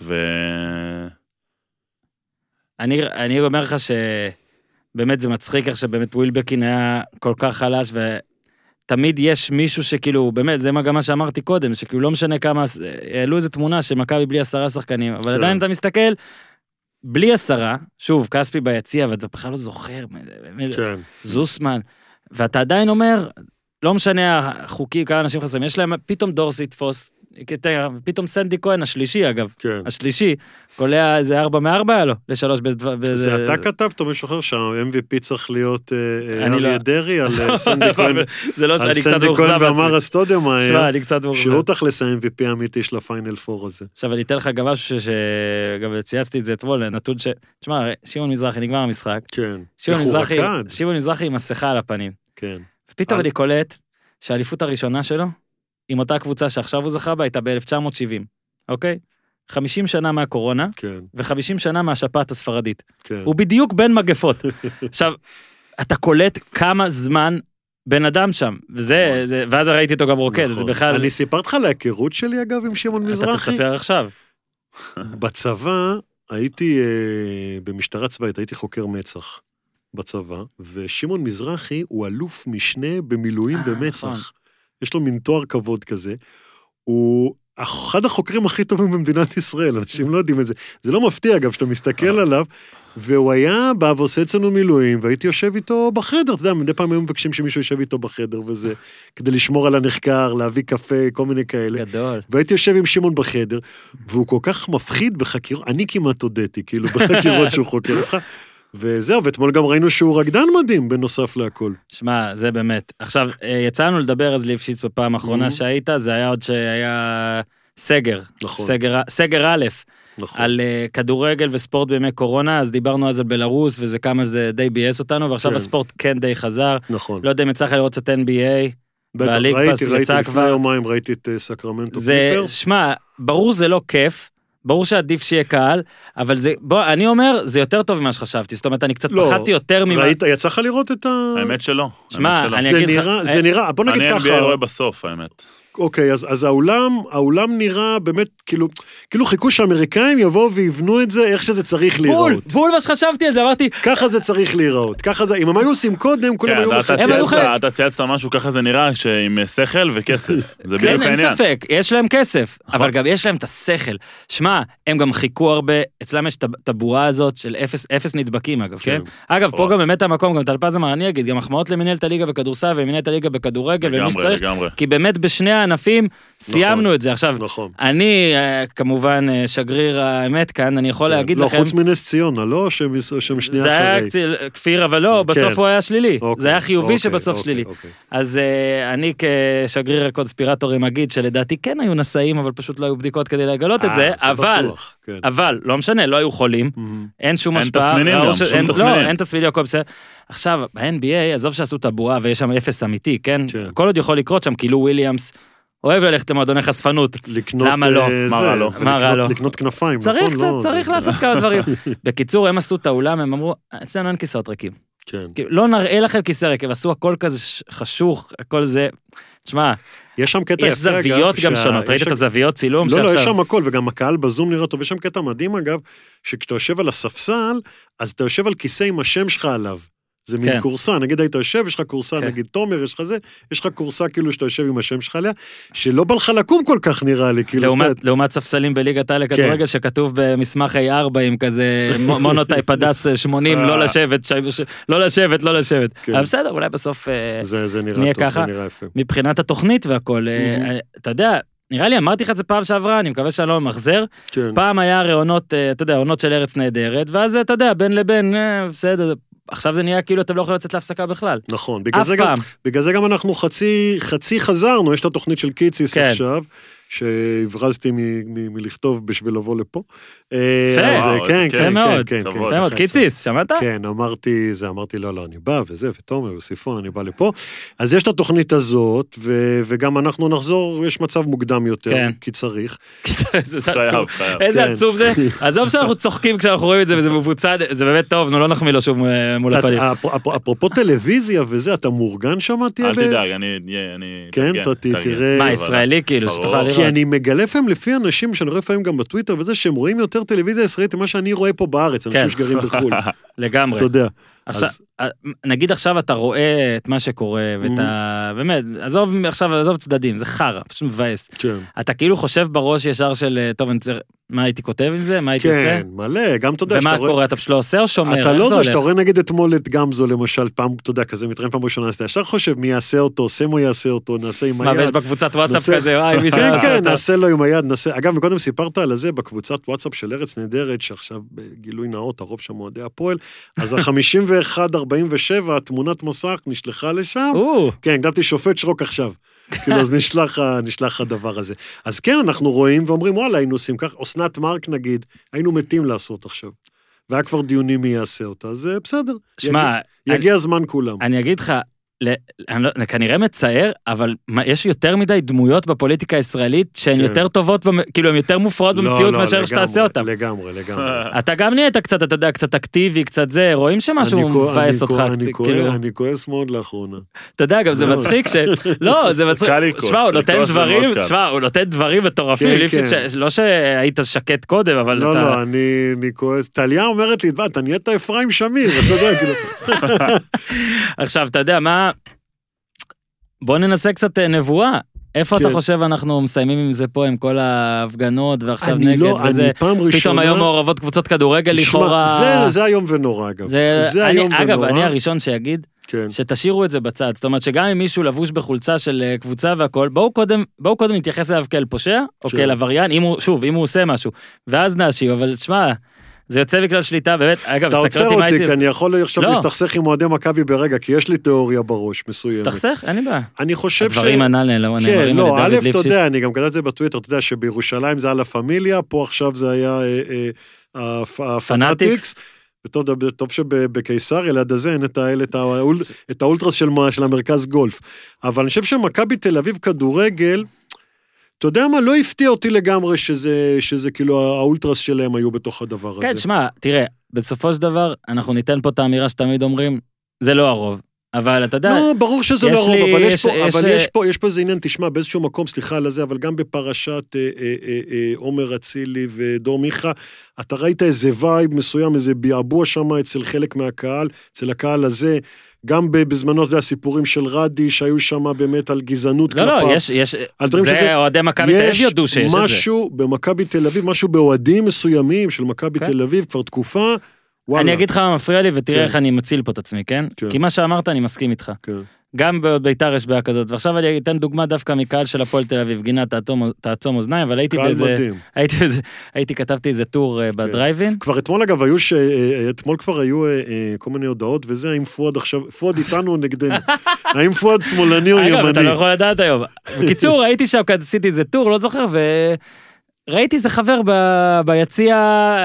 אני אומר לך שבאמת זה מצחיק איך שבאמת ווילבקין היה כל כך חלש, ותמיד יש מישהו שכאילו, באמת, זה גם מה שאמרתי קודם, שכאילו לא משנה כמה, העלו איזו תמונה שמכבי בלי 10 שחקנים, אבל עדיין אתה מסתכל, בלי 10, שוב, כספי ביציע, ואתה בכלל לא זוכר, זוסמן, ואתה עדיין אומר, לא משנה החוקי, כמה אנשים חסרים, יש להם פתאום דורסי תפוס, פתאום סנדי כהן, השלישי אגב, השלישי, קולע איזה 4 מ-4 היה לו, ל3 זה אתה כתבת או מישהו אחר שה-MVP צריך להיות אריה דרי על סנדי כהן, על סנדי כהן ואמר אסטודמאייר, שהוא תכלס ה-MVP האמיתי של הפיינל פור הזה. עכשיו אני אתן לך גם משהו שגם צייצתי את זה אתמול, נתון ש... תשמע, שמעון מזרחי נגמר המשחק, שמעון מזרחי עם מסכה על הפנים, ופתאום אני קולט שהאליפות הראשונה שלו, עם אותה קבוצה שעכשיו הוא זכה בה, הייתה ב-1970, אוקיי? 50 שנה מהקורונה, ו50 שנה מהשפעת הספרדית. הוא בדיוק בין מגפות. עכשיו, אתה קולט כמה זמן בן אדם שם, ואז ראיתי אותו גם רוקד, זה בכלל... אני סיפרת לך להיכרות שלי, אגב, עם שמעון מזרחי? אתה תספר עכשיו. בצבא, הייתי במשטרה צבאית, הייתי חוקר מצח בצבא, ושמעון מזרחי הוא אלוף משנה במילואים במצח. יש לו מין תואר כבוד כזה. אחד החוקרים הכי טובים במדינת ישראל, אנשים לא יודעים את זה. זה לא מפתיע, אגב, שאתה מסתכל עליו, והוא היה בא ועושה אצלנו מילואים, והייתי יושב איתו בחדר, אתה יודע, מדי פעם היו מבקשים שמישהו יושב איתו בחדר, וזה כדי לשמור על הנחקר, להביא קפה, כל מיני כאלה. גדול. והייתי יושב עם שמעון בחדר, והוא כל כך מפחיד בחקירות, אני כמעט הודיתי, כאילו, בחקירות שהוא חוקר אותך, וזהו, ואתמול גם ראינו שהוא רקדן מדהים, בנוסף להכל. שמע, זה באמת. עכשיו, יצאנו לדבר אז ליפשיץ בפעם האחרונה שהיית, זה היה עוד שהיה סגר. נכון. סגר א', נכון. על כדורגל וספורט בימי קורונה, אז דיברנו אז על בלרוס, וזה כמה זה די בייס אותנו, ועכשיו הספורט כן די חזר. נכון. לא יודע אם יצא לך לראות את NBA, בטח, ראיתי לפני יומיים, ראיתי את סקרמנטו קליפרס. שמע, ברור זה לא כיף, ברור שעדיף שיהיה קהל, אבל זה, בוא, אני אומר, זה יותר טוב ממה שחשבתי, זאת אומרת, אני קצת פחדתי יותר ממה... ראית, יצא לך לראות את ה... האמת שלא. שמע, אני אגיד לך... זה נראה, בוא נגיד ככה... אני NBA רואה בסוף, האמת. אוקיי, אז האולם נראה באמת, כאילו חיכו שהאמריקאים יבואו ויבנו את זה, איך שזה צריך להיראות. בול מה שחשבתי על זה, אמרתי... ככה זה צריך להיראות, ככה זה, אם הם היו עושים קודם, כולם היו אתה צייצת משהו, ככה זה נראה, עם שכל וכסף. זה בדיוק העניין. כן, אין ספק, יש להם כסף, אבל גם יש להם את השכל. שמע, הם גם חיכו הרבה, אצלם יש את הבועה הזאת של אפס נדבקים, אגב, כן? אגב, פה גם באמת המקום, גם טלפז אמר, אני אגיד, גם מחמאות למנהלת הליגה בכדורסל ומנהלת הליגה בכדורגל, ומי שצריך, כי באמת בשני הענפים סיימנו את זה. עכשיו, אני כמובן שגריר האמת כאן, אני יכול להגיד לכם... לא, חוץ מנס ציונה, לא? שהם שנייה זה היה כפיר, אבל לא, בסוף הוא היה שלילי. זה היה חיובי שבסוף שלילי. אז אני כשגריר הקונספירטורים אגיד שלדעתי כן היו נשאים, אבל פשוט לא היו בדיקות כדי לגלות את זה, אבל, לא משנה, לא היו חולים, אין שום השפעה. אין תסמינים, הכל בסדר. עכשיו, ב-NBA, עזוב שעשו את הבועה ויש שם אפס אמיתי, כן? כל עוד יכול לקרות שם, כאילו וויליאמס אוהב ללכת למועדוני חשפנות. למה לא? מה רע לו? לקנות כנפיים, צריך לעשות כמה דברים. בקיצור, הם עשו את האולם, הם אמרו, אצלנו אין כיסאות ריקים. לא נראה לכם כיסא ריקים, עשו הכל כזה חשוך, הכל זה, תשמע, יש שם קטע... יש זוויות גם שונות, ראית את הזוויות צילום? לא, יש שם הכל, וגם הקהל בזום נראה טוב, יש שם קטע מדהים אגב, שכשאתה יושב על הספסל, אז אתה יושב על כיסא עם השם שלך עליו. זה מין קורסה, נגיד היית יושב, יש לך קורסה, נגיד תומר, יש לך זה, יש לך קורסה כאילו שאתה יושב עם השם שלך עליה, שלא בא לך לקום כל כך נראה לי, כאילו... לעומת ספסלים בליגת העל לכדורגל, שכתוב במסמך A4 עם כזה מונוטייפ הדס 80, לא לשבת. אבל בסדר, אולי בסוף נהיה ככה. מבחינת התוכנית והכל, אתה יודע, נראה לי, אמרתי לך את זה פעם שעברה, אני מקווה שאני לא ממחזר. פעם היה רעיונות, אתה יודע, עונות של ארץ נהדרת, ואז אתה יודע, בין לבין, בסדר, עכשיו זה נהיה כאילו אתם לא יכולים לצאת להפסקה בכלל. נכון, בגלל זה גם אנחנו חצי חזרנו, יש את התוכנית של קיציס עכשיו, שהברזתי מלכתוב בשביל לבוא לפה. יפה מאוד, קיציס, שמעת? כן, אמרתי לא, אני בא וזה, ותומר וסיפון, אני בא לפה. אז יש את התוכנית הזאת, וגם אנחנו נחזור, יש מצב מוקדם יותר, כי צריך. איזה עצוב זה. עזוב שאנחנו צוחקים כשאנחנו רואים את זה, וזה מבוצע, זה באמת טוב, לא נחמיא לו שוב מול הפנים. אפרופו טלוויזיה וזה, אתה מאורגן שמעתי? אל תדאג, אני... כן, תראה... מה, ישראלי כאילו, שתוכל לראות? כי אני מגלה לפעמים לפי אנשים, שאני רואה לפעמים גם בטוויטר וזה, שהם רואים יותר טלוויזיה ישראלית ממה שאני רואה פה בארץ, אנשים שגרים בחו"ל. לגמרי. אתה יודע. נגיד עכשיו אתה רואה את מה שקורה, ואתה, באמת, עזוב צדדים, זה חרא, פשוט מבאס. אתה כאילו חושב בראש ישר של, טוב, מה הייתי כותב עם זה? מה הייתי עושה? כן, מלא, גם אתה יודע ומה קורה, אתה פשוט לא עושה או שומר? אתה לא זה, שאתה רואה נגיד אתמול את גמזו, למשל, פעם, אתה יודע, כזה מתראים פעם ראשונה, אז אתה ישר חושב מי יעשה אותו, סמו יעשה אותו, נעשה עם היד. מה, ויש בקבוצת וואטסאפ כזה, כן, נעשה לו עם היד, נעשה. אגב, מקודם סיפרת על זה, בקבוצת וואטסאפ של ארץ נהדרת, שעכשיו בגילוי נאות, הרוב שם אוהדי הפועל, אז ה-51-47, תמונת מסך נשלחה לשם. כן, הקדמתי שופט שרוק עכשיו. כאילו, אז נשלח הדבר הזה. אז כן, אנחנו רואים ואומרים, וואלה, היינו עושים כך, אסנת מארק נגיד, היינו מתים לעשות עכשיו. והיה כבר דיונים מי יעשה אותה, אז בסדר. שמע, יגיע זמן כולם. אני אגיד לך, כנראה מצער, אבל יש יותר מדי דמויות בפוליטיקה הישראלית שהן יותר טובות, כאילו הן יותר מופרעות במציאות מאשר שתעשה אותן. לגמרי. אתה גם נהיית קצת, אתה יודע, קצת אקטיבי, קצת זה, רואים שמשהו מבאס אותך. אני כועס מאוד לאחרונה. אתה יודע, גם זה מצחיק לא, זה מצחיק. שמע, הוא נותן דברים מטורפים, לא שהיית שקט קודם, אבל אתה... לא, אני כועס. טליה אומרת לי, אתה נהיית אפרים שמיר, אתה יודע, כאילו. עכשיו, אתה יודע, מה... בוא ננסה קצת נבואה. איפה אתה כן. חושב אנחנו מסיימים עם זה פה, עם כל ההפגנות, ועכשיו אני נגד, לא, וזה, אני פעם ראשונה... פתאום היום מעורבות קבוצות כדורגל תשמע, לכאורה... זה היום ונורא, אגב. זה היום ונורא. אגב, אני הראשון שיגיד, כן. שתשאירו את זה בצד. זאת אומרת שגם אם מישהו לבוש בחולצה של קבוצה והכל, בואו קודם נתייחס אליו כאל פושע, או כאל עבריין, אם הוא עושה משהו, ואז נאשים, אבל תשמע, זה יוצא בכלל שליטה, באמת, אגב, אתה עוצר אותי, כי אני יכול עכשיו לא. להסתכסך עם אוהדי מכבי ברגע, כי יש לי תיאוריה בראש מסוימת. סתכסך? אין לי בעיה. אני חושב הדברים הנ"ל נאמרים כן, על לא, ידי א', דוד אתה ליפשיץ. יודע, אני גם קראתי את זה בטוויטר, אתה יודע שבירושלים זה על הפמיליה, פה עכשיו זה היה הפנאטיקס, וטוב שבקיסריה ליד הזה אין את האולטרס של המרכז גולף. אבל אני חושב שמכבי תל אביב כדורגל, אתה יודע מה, לא הפתיע אותי לגמרי שזה כאילו האולטרס שלהם היו בתוך הדבר הזה. כן, שמע, תראה, בסופו של דבר, אנחנו ניתן פה את האמירה שתמיד אומרים, זה לא הרוב. אבל אתה יודע... לא, ברור שזה לא לי- רוב, אבל יש- יש פה איזה עניין, תשמע, באיזשהו מקום, סליחה על זה, אבל גם בפרשת עומר אצילי ודור מיכה, אתה ראית איזה וייב מסוים, איזה ביעבוע שם אצל חלק מהקהל, אצל הקהל הזה, גם בזמנו, אתה יודע, הסיפורים של רדי, שהיו שם באמת על גזענות לא, כלפיו. לא, יש... על דברים שזה- זה אוהדי מכבי תל אביב יודו שיש את זה. משהו במכבי תל אביב, משהו באוהדים מסוימים של מכבי כן. תל אביב, כבר תקופה, וואלה. אני אגיד לך מה מפריע לי, ותראה כן. איך אני מציל פה את עצמי, כן? כן. כי מה שאמרת, אני מסכים איתך. כן. גם בביתר יש בעיה כזאת, ועכשיו אני אתן דוגמה דווקא מקהל של הפועל תל אביב, גינה תעצום אוזניים, אבל הייתי קהל באיזה... מדהים. כתבתי איזה טור בדרייבין. כבר אתמול אגב אתמול כבר היו כל מיני הודעות וזה, האם פואד עכשיו, פואד איתנו או נגדנו? האם פואד שמאלני או אגב, אתה ימני? לא יכול לדעת היום. בקיצור, הייתי שם, עשיתי איזה טור, לא זוכר, וראיתי איזה חבר ביציע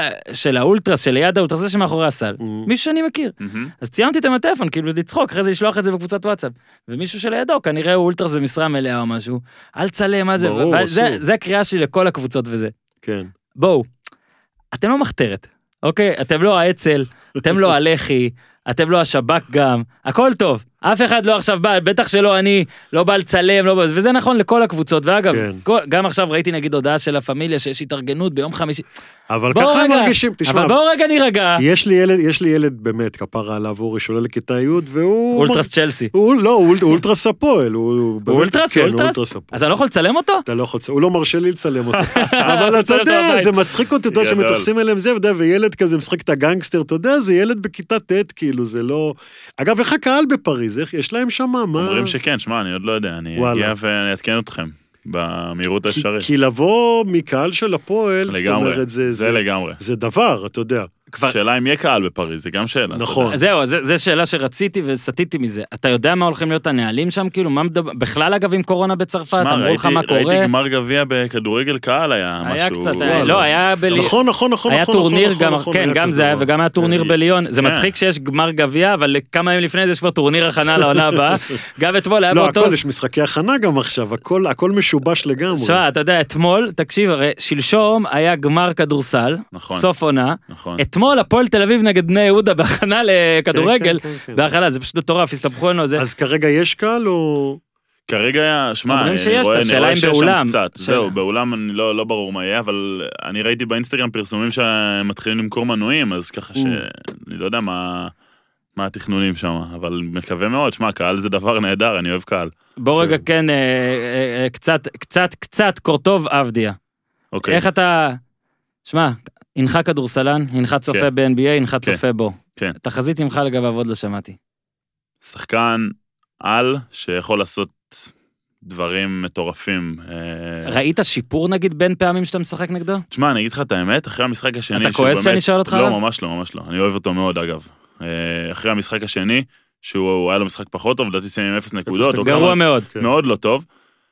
של האולטרס, שליד האולטרס, זה שמאחורי הסל. מישהו שאני מכיר. אז ציימתי אותו עם הטלפון, כאילו לצחוק, אחרי זה לשלוח את זה בקבוצת וואטסאפ. ומישהו שלידו, כנראה הוא אולטרס במשרה מלאה או משהו, אל צלם, מה זה, ברור, אסור. זה הקריאה שלי לכל הקבוצות וזה. כן. בואו, אתם לא מחתרת, אוקיי? אתם לא האצ"ל, אתם לא הלח"י, אתם לא השב"כ גם, הכל טוב. אף אחד לא עכשיו בא, בטח שלא אני, לא בא לצלם, לא בא, וזה נכון לכל הקבוצות, ואגב, כן. גם עכשיו ראיתי נגיד הודעה של הפמיליה שיש התארגנות ביום חמישי. אבל בואו ככה הם רגע, מרגישים, תשמע, אבל בואו רגע נירגע. יש לי ילד באמת, כפרה עליו, הוא ראשונה לכיתה י' והוא... אולטרס צ'לסי. הוא אולטרס הפועל, הוא באמת... אולטרס? כן, אולטרס? אולטרס הפועל. אז אני לא יכול לצלם אותו? אתה לא יכול, הוא לא מרשה לי לצלם אותו. אבל אתה אותו יודע, הבית. זה מצחיק אותי, אתה יודע, גדול. שמתייחסים אליהם זה, ואתה יודע, וילד כזה משחק את הגנגסטר, אתה יודע, זה ילד בכיתה ט', כאילו, זה לא... אגב, איך הקהל בפריז, יש להם שם, מה? אומרים שכן, שמע, אני עוד לא יודע, אני וואלה. אגיע ואני אעדכן אתכם, במהירות האפשרית. כי לבוא מקהל של הפועל, זאת לגמרי, אומרת, זה לגמרי. זה דבר, אתה יודע. כבר... אם יהיה קהל בפריז, זה גם שאלה. אתה נכון. יודע. זהו, זו שאלה שרציתי וסטיתי מזה. אתה יודע מה הולכים להיות הנהלים שם? כאילו, מה מדבר... בכלל אגב עם קורונה בצרפת, שמע, אמרו לך מה קורה? ראיתי גמר גביע בכדורגל קהל היה היה משהו... קצת, לא, היה נכון, נכון, נכון, היה נכון, טורניר נכון, גם, נכון, כן, היה גם כזה זה היה, דבר. וגם היה טורניר בליון. זה כן. מצחיק שיש גמר גביע, אבל כמה ימים לפני זה יש כבר טורניר הכנה לעונה הבאה. גם אתמול היה לא, באותו... הכל, יש משחקי הכנה גם עכשיו, הכל משובש לגמרי. שמע, אתה יודע, אתמול, תקשיב, הרי שלשום היה גמר כדורסל, נכון. סוף עונה. נכון. אתמול הפועל תל אביב נגד בני יהודה בהכנה לכדורגל, כן, כן, כן. בהכנה, זה פשוט מטורף, הסתבכו לנו זה. אז כרגע יש קהל או... כרגע, שמע, אומרים אני שיש, רואה השאלה אם שיש שם באולם. קצת. שאלה. זהו, באולם אני לא ברור מה יהיה, אבל אני ראיתי באינסטגרם פרסומים שהם מתחילים למכור מנויים, אז ככה שאני לא יודע מה התכנונים שם, אבל מקווה מאוד, שמע, קהל זה דבר נהדר, אני אוהב קהל. בוא רגע, כן, קצת קורטוב אבדיה. אוקיי. איך אתה... שמע, הנך כדורסלן, הנך צופה כן. ב-NBA, הנך צופה בו. כן. תחזית ממך לגביו עוד לא שמעתי. שחקן על שיכול לעשות דברים מטורפים. ראית שיפור נגיד בין פעמים שאתה משחק נגדו? תשמע, אני אגיד לך את האמת, אחרי המשחק השני... אתה כועס שהוא שאני באמת- שואל אותך עליו? לא, ממש לא, ממש לא. אני אוהב אותו מאוד, אגב. אחרי המשחק השני, שהוא היה לו משחק פחות טוב, לדעתי סיים עם 0 נקודות. או גרוע כמה- מאוד. כן. מאוד לא טוב.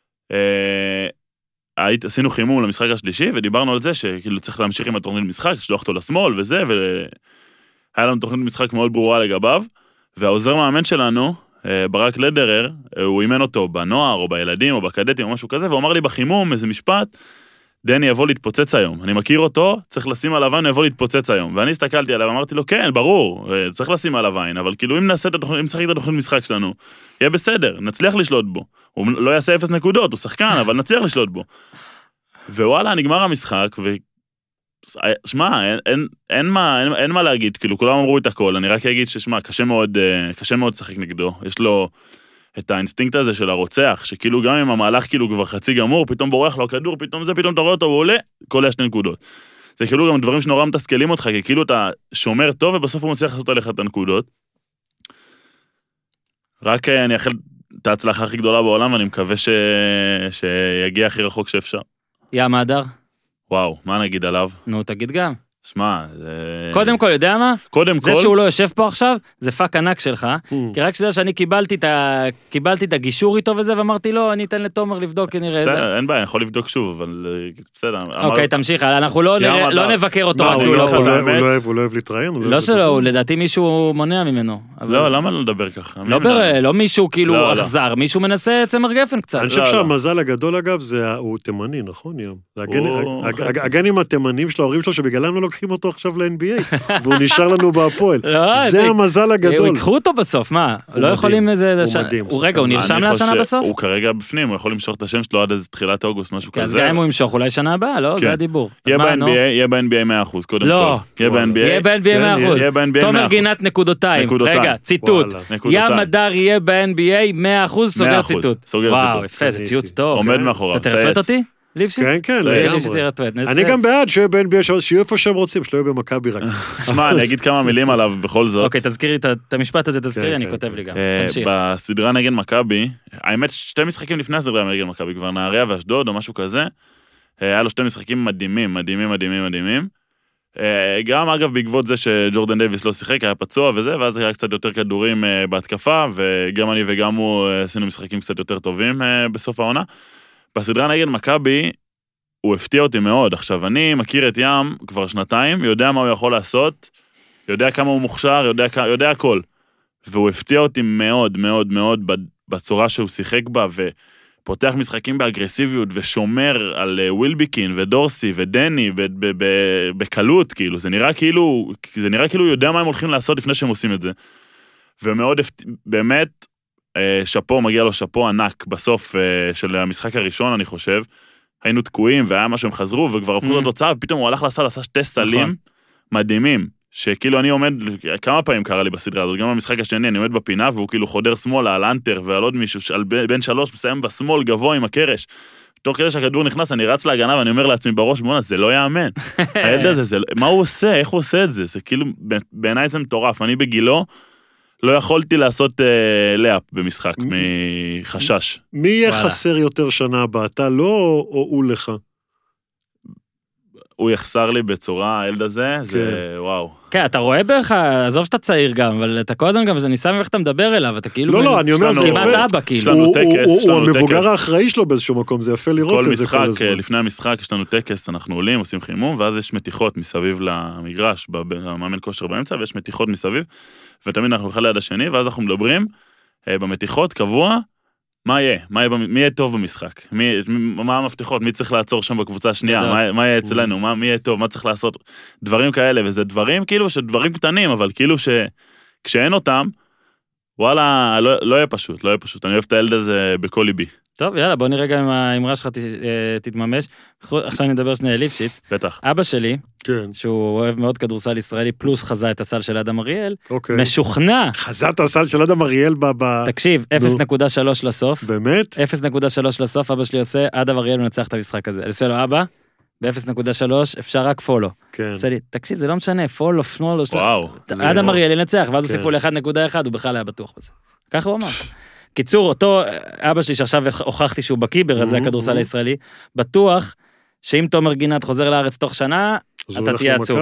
עשינו חימום למשחק השלישי, ודיברנו על זה שכאילו צריך להמשיך עם התוכנית משחק, לשלוח אותו לשמאל וזה, והיה לנו תוכנית משחק מאוד ברורה לגביו, והעוזר מאמן שלנו, ברק לדרר, הוא אימן אותו בנוער, או בילדים, או בקדטים, או משהו כזה, והוא אמר לי בחימום איזה משפט, דני יבוא להתפוצץ היום. אני מכיר אותו, צריך לשים עליו עין, יבוא להתפוצץ היום. ואני הסתכלתי עליו, אמרתי לו, כן, ברור, צריך לשים עליו עין, אבל כאילו אם נעשה את התוכנית, אם נשחק את התוכנית משחק שלנו, יהיה בסדר, נצליח לשלוט בו. הוא לא יעשה 0 נקודות, הוא שחקן, אבל נצליח לשלוט בו. ווואלה, נגמר המשחק, שמע, אין מה להגיד, כאילו, כולם אמרו את הכל, אני רק אגיד ששמע, קשה מאוד לשחק נגדו, יש לו את האינסטינקט הזה של הרוצח, שכאילו גם אם המהלך כאילו כבר חצי גמור, פתאום בורח לו הכדור, פתאום אתה רואה אותו, הוא עולה, קולע 2 נקודות. זה כאילו גם דברים שנורא מתסכלים אותך, כי כאילו אתה שומר טוב, ובסוף הוא מצליח לעשות עליך את הנקודות. רק אני אאחל את ההצלחה הכי גדולה בעולם, ואני מקווה שיגיע הכי רחוק שאפשר. ים הדר? וואו, מה נגיד עליו? נו, תגיד גם. שמע, קודם כל, יודע מה? קודם כל... זה שהוא לא יושב פה עכשיו, זה פאק ענק שלך, כי רק שתדע שאני קיבלתי את הגישור איתו וזה, ואמרתי לו, אני אתן לתומר לבדוק, נראה זה. בסדר, אין בעיה, אני יכול לבדוק שוב, אבל בסדר. אוקיי, תמשיך, אנחנו לא נבקר אותו. הוא לא אוהב להתראיין? לא שלא, לדעתי מישהו מונע ממנו. לא, למה לא לדבר ככה? לא מישהו כאילו אכזר, מישהו מנסה צמר גפן קצת. אני חושב שהמזל הגדול אגב, הוא תימני, נכון ים? הגנים התימנים של ההורים שלו, שבגללם לא לוקחים אותו עכשיו ל-NBA, והוא נשאר לנו בהפועל. זה המזל הגדול. יקחו אותו בסוף, מה? לא יכולים איזה... הוא מדהים. רגע, הוא נרשם להשנה בסוף? הוא כרגע בפנים, הוא יכול למשוך את השם שלו עד איזה תחילת אוגוסט, משהו כזה. אז גם אם הוא ימשוך, אולי שנה הבאה, לא? זה הדיבור. יהיה ב-NBA 100%, קודם כל. לא. יהיה ב-NBA 100%. תומר גינת נקודותיים. רגע, ציטוט. ים הדר יהיה ב-NBA 100%, סוגר ציטוט. וואו, יפה, זה ציוט טוב. עומד מאחוריו. אתה תרפט אותי? ליפשיץ? כן, אני גם בעד שיהיה ב-NBA, שיהיו איפה שהם רוצים, שלא יהיו במכבי רק. שמע, אני אגיד כמה מילים עליו בכל זאת. אוקיי, תזכירי את המשפט הזה, תזכירי, אני כותב לי גם. תמשיך. בסדרה נגד מכבי, האמת 2 משחקים לפני הסדרה נגד מכבי, כבר נהריה ואשדוד או משהו כזה, היה לו 2 משחקים מדהימים. גם אגב בעקבות זה שג'ורדן דייביס לא שיחק, היה פצוע וזה, ואז היה קצת יותר כדורים בהתקפה, וגם אני וגם הוא עשינו משחקים קצת יותר טובים בסוף העונה. בסדרה נגד מכבי, הוא הפתיע אותי מאוד. עכשיו, אני מכיר את ים כבר 2 יודע מה הוא יכול לעשות, יודע כמה הוא מוכשר, יודע הכל. והוא הפתיע אותי מאוד מאוד מאוד בצורה שהוא שיחק בה, ופותח משחקים באגרסיביות, ושומר על ווילביקין ודורסי ודני בקלות, כאילו. זה נראה כאילו הוא יודע מה הם הולכים לעשות לפני שהם עושים את זה. ומאוד באמת, שפו, מגיע לו שפו ענק בסוף של המשחק הראשון, אני חושב. היינו תקועים, והיה מה שהם חזרו, וכבר הפכו לו תוצאה, ופתאום הוא הלך לעשה 2 סלים מדהימים, שכאילו אני עומד, כמה פעמים קרה לי בסדרה הזאת, גם במשחק השני, אני עומד בפינה, והוא כאילו חודר שמאלה על אנטר, ועל עוד מישהו, בין 3, מסיים בשמאל גבוה עם הקרש. תוך כדי שהכדור נכנס, אני רץ להגנה, ואני אומר לעצמי בראש, בונה, זה לא יאמן. הילד הזה, מה הוא עושה? איך הוא עושה את זה? זה כאילו, בעיניי זה מטורף. אני בגילו, לא יכולתי לעשות לאפ במשחק מחשש. מי יהיה חסר יותר שנה הבאה? אתה לא או הוא לך? הוא יחסר לי בצורה, הילד הזה, זה וואו. כן, אתה רואה בערך, עזוב שאתה צעיר גם, אבל אתה כל הזמן גם, זה ניסה ממך אתה מדבר אליו, אתה כאילו... לא, אני אומר, זה כמעט אבא, כאילו. הוא המבוגר האחראי שלו באיזשהו מקום, זה יפה לראות את זה כל הזמן. לפני המשחק יש לנו טקס, אנחנו עולים, עושים חימום, ואז יש מתיחות מסביב למגרש, במאמן כושר באמצע, ויש מתיחות מסביב, ותמיד אנחנו אחד ליד השני, ואז אנחנו מדברים במתיחות קבוע, מה יהיה? מי יהיה טוב במשחק? מה המפתחות? מי צריך לעצור שם בקבוצה השנייה? מה יהיה אצלנו? מי יהיה טוב? מה צריך לעשות? דברים כאלה, וזה דברים כאילו שדברים קטנים, אבל כאילו שכשאין אותם, וואלה, לא יהיה פשוט, אני אוהב את הילד הזה בכל ליבי. טוב, יאללה, בוא נראה גם אם האמרה שלך תתממש. עכשיו אני מדבר שנייה ליפשיץ. בטח. אבא שלי, כן. שהוא אוהב מאוד כדורסל ישראלי, פלוס חזה את הסל של אדם אריאל, משוכנע. חזה את הסל של אדם אריאל תקשיב, 0.3 לסוף. באמת? 0.3 לסוף, אבא שלי עושה, אדם אריאל מנצח את המשחק הזה. אני עושה לו, אבא, ב-0.3 אפשר רק פולו. כן. עושה לי, תקשיב, זה לא משנה, פולו, שמאלו. וואו. אדם אריאל ינצח, ואז הוסיפו ל-1.1, הוא בכלל היה בטוח בזה. ככה הוא אמר. קיצור, אותו אבא שלי שעכשיו הוכחתי שהוא בקיבר, זה הכדורסל הישראלי, בטוח שאם תומר גינת חוזר לארץ תוך שנה, אתה תהיה עצוב.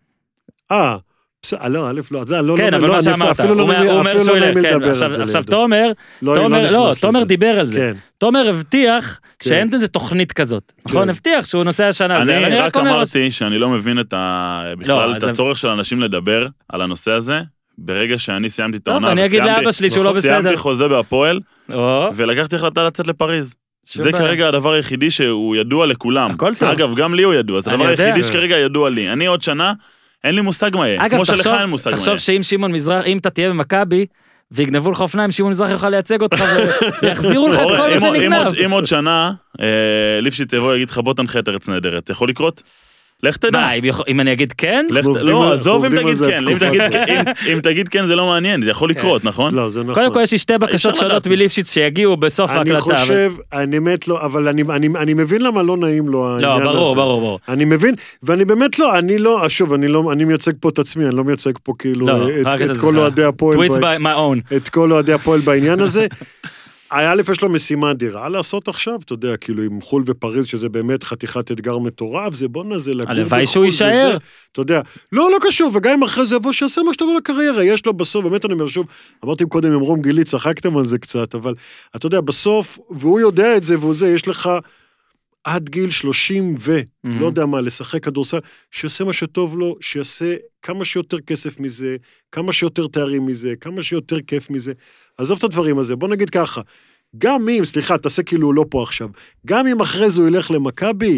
לא, לא, כן, אבל מה שאמרת, הוא אומר שהוא ילך, עכשיו תומר דיבר על זה, תומר הבטיח שאין איזה תוכנית כזאת, נכון? הבטיח שהוא נוסע השנה. אני רק אמרתי שאני לא מבין בכלל את הצורך של אנשים לדבר על הנושא הזה, ברגע שאני סיימתי את העונה, אני אגיד לאבא שלי שהוא לא בסדר. סיימתי חוזה בהפועל, ולקחתי החלטה לצאת לפריז. זה כרגע הדבר היחידי שהוא ידוע לכולם. אגב, גם לי הוא ידוע, זה הדבר היחידי שכרגע ידוע לי. אני עוד שנה, אין לי מושג מה יהיה. כמו שלך אין מושג מה יהיה. תחשוב שאם שמעון מזרח, אם אתה תהיה במכבי, ויגנבו לך אופניים, שמעון מזרח יוכל לייצג אותך, ויחזירו לך את כל מה שנגנב. אם עוד שנה, ליפשיץ יבוא יגיד לך, בוא תנחה את ארץ נהדרת. יכול לקרות? לך תדע. מה, אם אני אגיד כן? לא, עזוב אם עובדים על תגיד זה כן, אם תגיד כן זה לא מעניין, זה יכול לקרות, נכון? לא, זה נכון. קודם כל יש לי שתי בקשות אפשר שונות לדעת. מליפשיץ שיגיעו בסוף ההקלטה. אני חושב, אני מת לא, אבל אני מבין למה לא נעים לו העניין הזה. לא, ברור. אני מבין, ואני באמת לא, שוב, אני מייצג פה את עצמי, אני לא מייצג פה כאילו את כל אוהדי הפועל. Tweets by my own. את כל אוהדי הפועל בעניין הזה. א' יש לו משימה אדירה לעשות עכשיו, אתה יודע, כאילו עם חול ופריז, שזה באמת חתיכת אתגר מטורף, זה בוא נזה לגור בחול. הלוואי שהוא יישאר. אתה יודע, לא קשור, וגם אם אחרי זה יבוא שיעשה מה שטוב לקריירה, יש לו בסוף, באמת אני אומר שוב, אמרתי קודם עם רום גילי, צחקתם על זה קצת, אבל אתה יודע, בסוף, והוא יודע את זה, והוא זה, יש לך עד גיל 30 לא יודע מה, לשחק כדורסל, שיעשה מה שטוב לו, שיעשה כמה שיותר כסף מזה, כמה שיותר תארים מזה, כמה שיותר כיף מזה. עזוב את הדברים הזה, בוא נגיד ככה, גם אם, סליחה, תעשה כאילו הוא לא פה עכשיו, גם אם אחרי זה הוא ילך למכבי,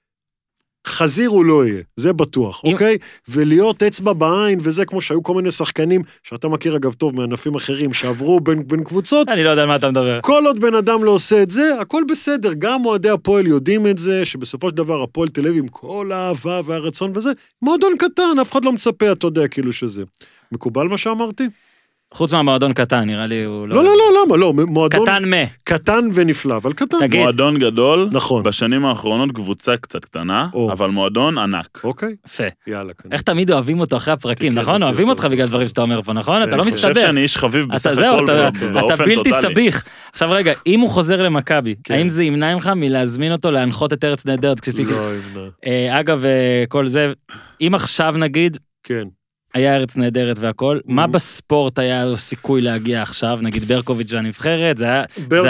חזיר הוא לא יהיה, זה בטוח, אוקיי? ולהיות אצבע בעין, וזה כמו שהיו כל מיני שחקנים, שאתה מכיר אגב טוב מענפים אחרים, שעברו בין קבוצות, אני לא יודע על מה אתה מדבר. כל עוד בן אדם לא עושה את זה, הכל בסדר, גם אוהדי הפועל יודעים את זה, שבסופו של דבר הפועל תל אביב עם כל האהבה והרצון וזה, מועדון קטן, אף אחד לא מצפה, אתה יודע, כאילו שזה. מקובל מה שאמרתי? חוץ מהמועדון קטן, נראה לי הוא לא... לא, למה? לא, מועדון... קטן ונפלא, אבל קטן. תגיד. מועדון גדול, נכון. בשנים האחרונות קבוצה קצת קטנה, אבל מועדון ענק. אוקיי. יפה. יאללה. איך תמיד אוהבים אותו אחרי הפרקים, נכון? אוהבים אותך בגלל דברים שאתה אומר פה, נכון? אתה לא מסתבך. אני חושב שאני איש חביב בסך הכל באופן טוטלי. אתה בלתי סביך. עכשיו רגע, אם הוא חוזר למכבי, האם זה ימנע ממך מלהזמין אותו להנחות את ארץ נהדרת? לא ימנע. אגב, כל זה, אם עכשיו נגיד, כן. היה ארץ נהדרת והכל, מה בספורט היה לו סיכוי להגיע עכשיו, נגיד ברקוביץ' והנבחרת, זה